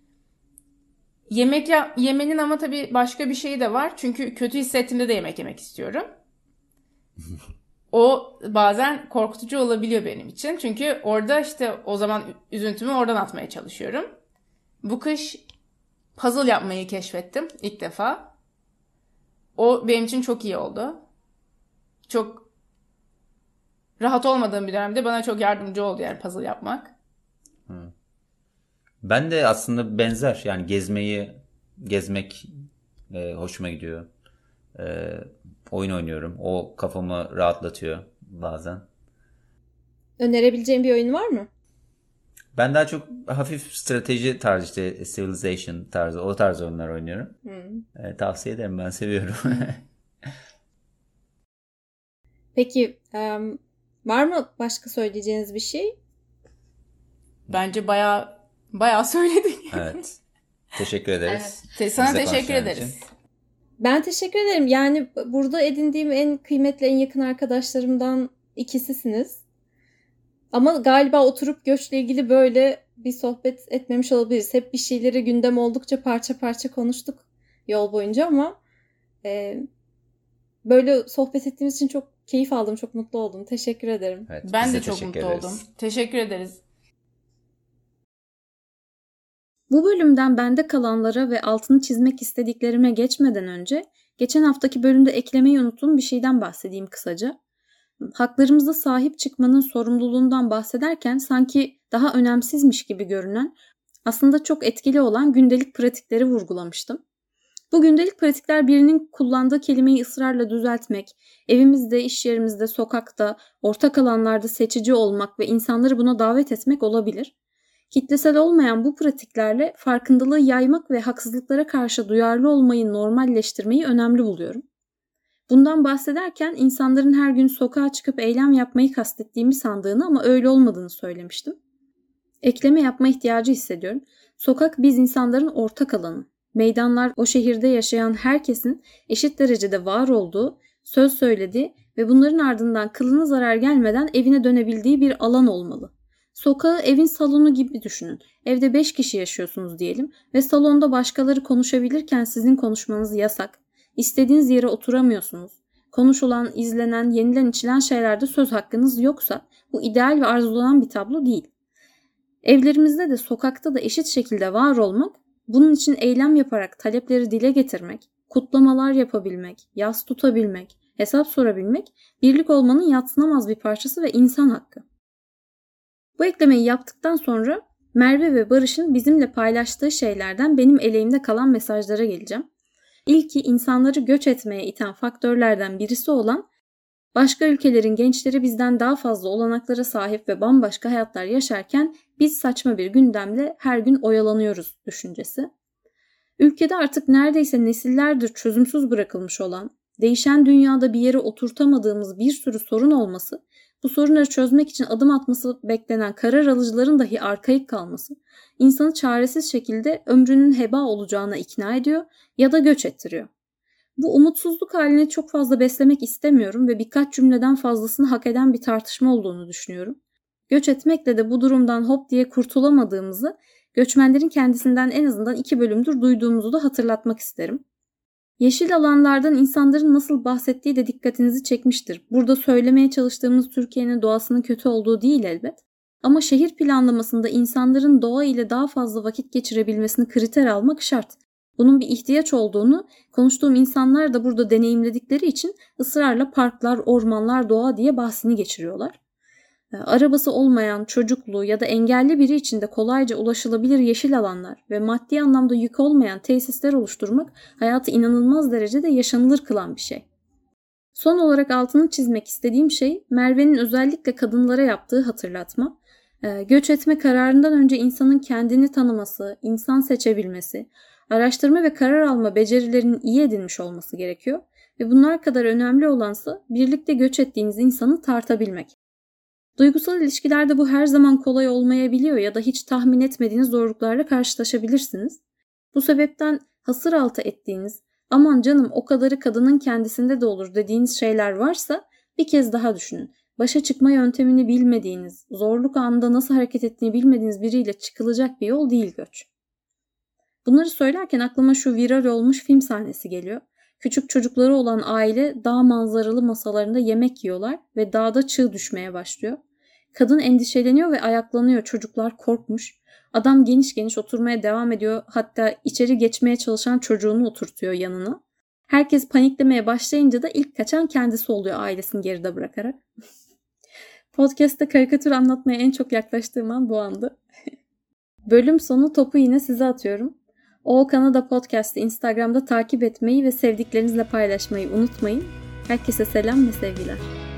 Yemenin ama tabii başka bir şeyi de var. Çünkü kötü hissettiğimde de yemek istiyorum. O bazen korkutucu olabiliyor benim için. Çünkü orada işte o zaman üzüntümü oradan atmaya çalışıyorum. Bu kış puzzle yapmayı keşfettim ilk defa. O benim için çok iyi oldu. Çok rahat olmadığım bir dönemde bana çok yardımcı oldu yani puzzle yapmak. Ben de aslında benzer yani gezmek hoşuma gidiyor. Oyun oynuyorum. O kafamı rahatlatıyor bazen. Önerebileceğin bir oyun var mı? Ben daha çok hafif strateji tarzı işte Civilization tarzı o tarz oyunlar oynuyorum. Tavsiye ederim, ben seviyorum. Peki var mı başka söyleyeceğiniz bir şey? Bence bayağı söyledik. Evet. Teşekkür ederiz. Evet. Sana teşekkür ederiz. Ben teşekkür ederim. Yani burada edindiğim en kıymetli, en yakın arkadaşlarımdan ikisisiniz. Ama galiba oturup göçle ilgili böyle bir sohbet etmemiş olabiliriz. Hep bir şeyleri gündem oldukça parça parça konuştuk yol boyunca ama böyle sohbet ettiğimiz için çok keyif aldım, çok mutlu oldum. Teşekkür ederim. Evet, Ben biz de de çok teşekkür mutlu ederiz. oldum. Teşekkür ederiz. Bu bölümden bende kalanlara ve altını çizmek istediklerime geçmeden önce geçen haftaki bölümde eklemeyi unuttuğum bir şeyden bahsedeyim kısaca. Haklarımıza sahip çıkmanın sorumluluğundan bahsederken sanki daha önemsizmiş gibi görünen, aslında çok etkili olan gündelik pratikleri vurgulamıştım. Bu gündelik pratikler birinin kullandığı kelimeyi ısrarla düzeltmek, evimizde, iş yerimizde, sokakta, ortak alanlarda seçici olmak ve insanları buna davet etmek olabilir. Kitlesel olmayan bu pratiklerle farkındalığı yaymak ve haksızlıklara karşı duyarlı olmayı normalleştirmeyi önemli buluyorum. Bundan bahsederken insanların her gün sokağa çıkıp eylem yapmayı kastettiğimi sandığını ama öyle olmadığını söylemiştim. Ekleme yapma ihtiyacı hissediyorum. Sokak biz insanların ortak alanı. Meydanlar o şehirde yaşayan herkesin eşit derecede var olduğu, söz söylediği ve bunların ardından kılına zarar gelmeden evine dönebildiği bir alan olmalı. Sokağı evin salonu gibi düşünün. Evde 5 kişi yaşıyorsunuz diyelim ve salonda başkaları konuşabilirken sizin konuşmanız yasak. İstediğiniz yere oturamıyorsunuz. Konuşulan, izlenen, yenilen içilen şeylerde söz hakkınız yoksa bu ideal ve arzulanan bir tablo değil. Evlerimizde de sokakta da eşit şekilde var olmak, bunun için eylem yaparak talepleri dile getirmek, kutlamalar yapabilmek, yas tutabilmek, hesap sorabilmek, birlik olmanın yadsınamaz bir parçası ve insan hakkı. Bu eklemeyi yaptıktan sonra Merve ve Barış'ın bizimle paylaştığı şeylerden benim eleğimde kalan mesajlara geleceğim. İlki insanları göç etmeye iten faktörlerden birisi olan başka ülkelerin gençleri bizden daha fazla olanaklara sahip ve bambaşka hayatlar yaşarken biz saçma bir gündemle her gün oyalanıyoruz düşüncesi. Ülkede artık neredeyse nesillerdir çözümsüz bırakılmış olan, değişen dünyada bir yere oturtamadığımız bir sürü sorun olması, bu sorunları çözmek için adım atması beklenen karar alıcıların dahi arkaik kalması, insanı çaresiz şekilde ömrünün heba olacağına ikna ediyor ya da göç ettiriyor. Bu umutsuzluk halini çok fazla beslemek istemiyorum ve birkaç cümleden fazlasını hak eden bir tartışma olduğunu düşünüyorum. Göç etmekle de bu durumdan hop diye kurtulamadığımızı, göçmenlerin kendisinden en azından 2 bölümdür duyduğumuzu da hatırlatmak isterim. Yeşil alanlardan insanların nasıl bahsettiği de dikkatinizi çekmiştir. Burada söylemeye çalıştığımız Türkiye'nin doğasının kötü olduğu değil elbet. Ama şehir planlamasında insanların doğa ile daha fazla vakit geçirebilmesini kriter almak şart. Bunun bir ihtiyaç olduğunu konuştuğum insanlar da burada deneyimledikleri için ısrarla parklar, ormanlar, doğa diye bahsini geçiriyorlar. Arabası olmayan, çocuklu ya da engelli biri için de kolayca ulaşılabilir yeşil alanlar ve maddi anlamda yük olmayan tesisler oluşturmak hayatı inanılmaz derecede yaşanılır kılan bir şey. Son olarak altını çizmek istediğim şey Merve'nin özellikle kadınlara yaptığı hatırlatma. Göç etme kararından önce insanın kendini tanıması, insan seçebilmesi, araştırma ve karar alma becerilerinin iyi edinmiş olması gerekiyor ve bunlar kadar önemli olansa birlikte göç ettiğiniz insanı tartabilmek. Duygusal ilişkilerde bu her zaman kolay olmayabiliyor ya da hiç tahmin etmediğiniz zorluklarla karşılaşabilirsiniz. Bu sebepten hasır altı ettiğiniz, aman canım o kadarı kadının kendisinde de olur dediğiniz şeyler varsa bir kez daha düşünün. Başa çıkma yöntemini bilmediğiniz, zorluk anında nasıl hareket ettiğini bilmediğiniz biriyle çıkılacak bir yol değil göç. Bunları söylerken aklıma şu viral olmuş film sahnesi geliyor. Küçük çocukları olan aile dağ manzaralı masalarında yemek yiyorlar ve dağda çığ düşmeye başlıyor. Kadın endişeleniyor ve ayaklanıyor. Çocuklar korkmuş. Adam geniş geniş oturmaya devam ediyor. Hatta içeri geçmeye çalışan çocuğunu oturtuyor yanına. Herkes paniklemeye başlayınca da ilk kaçan kendisi oluyor ailesini geride bırakarak. Podcast'te karikatür anlatmaya en çok yaklaştığım an bu andı. Bölüm sonu topu yine size atıyorum. O Kanada Podcast'ı Instagram'da takip etmeyi ve sevdiklerinizle paylaşmayı unutmayın. Herkese selam ve sevgiler.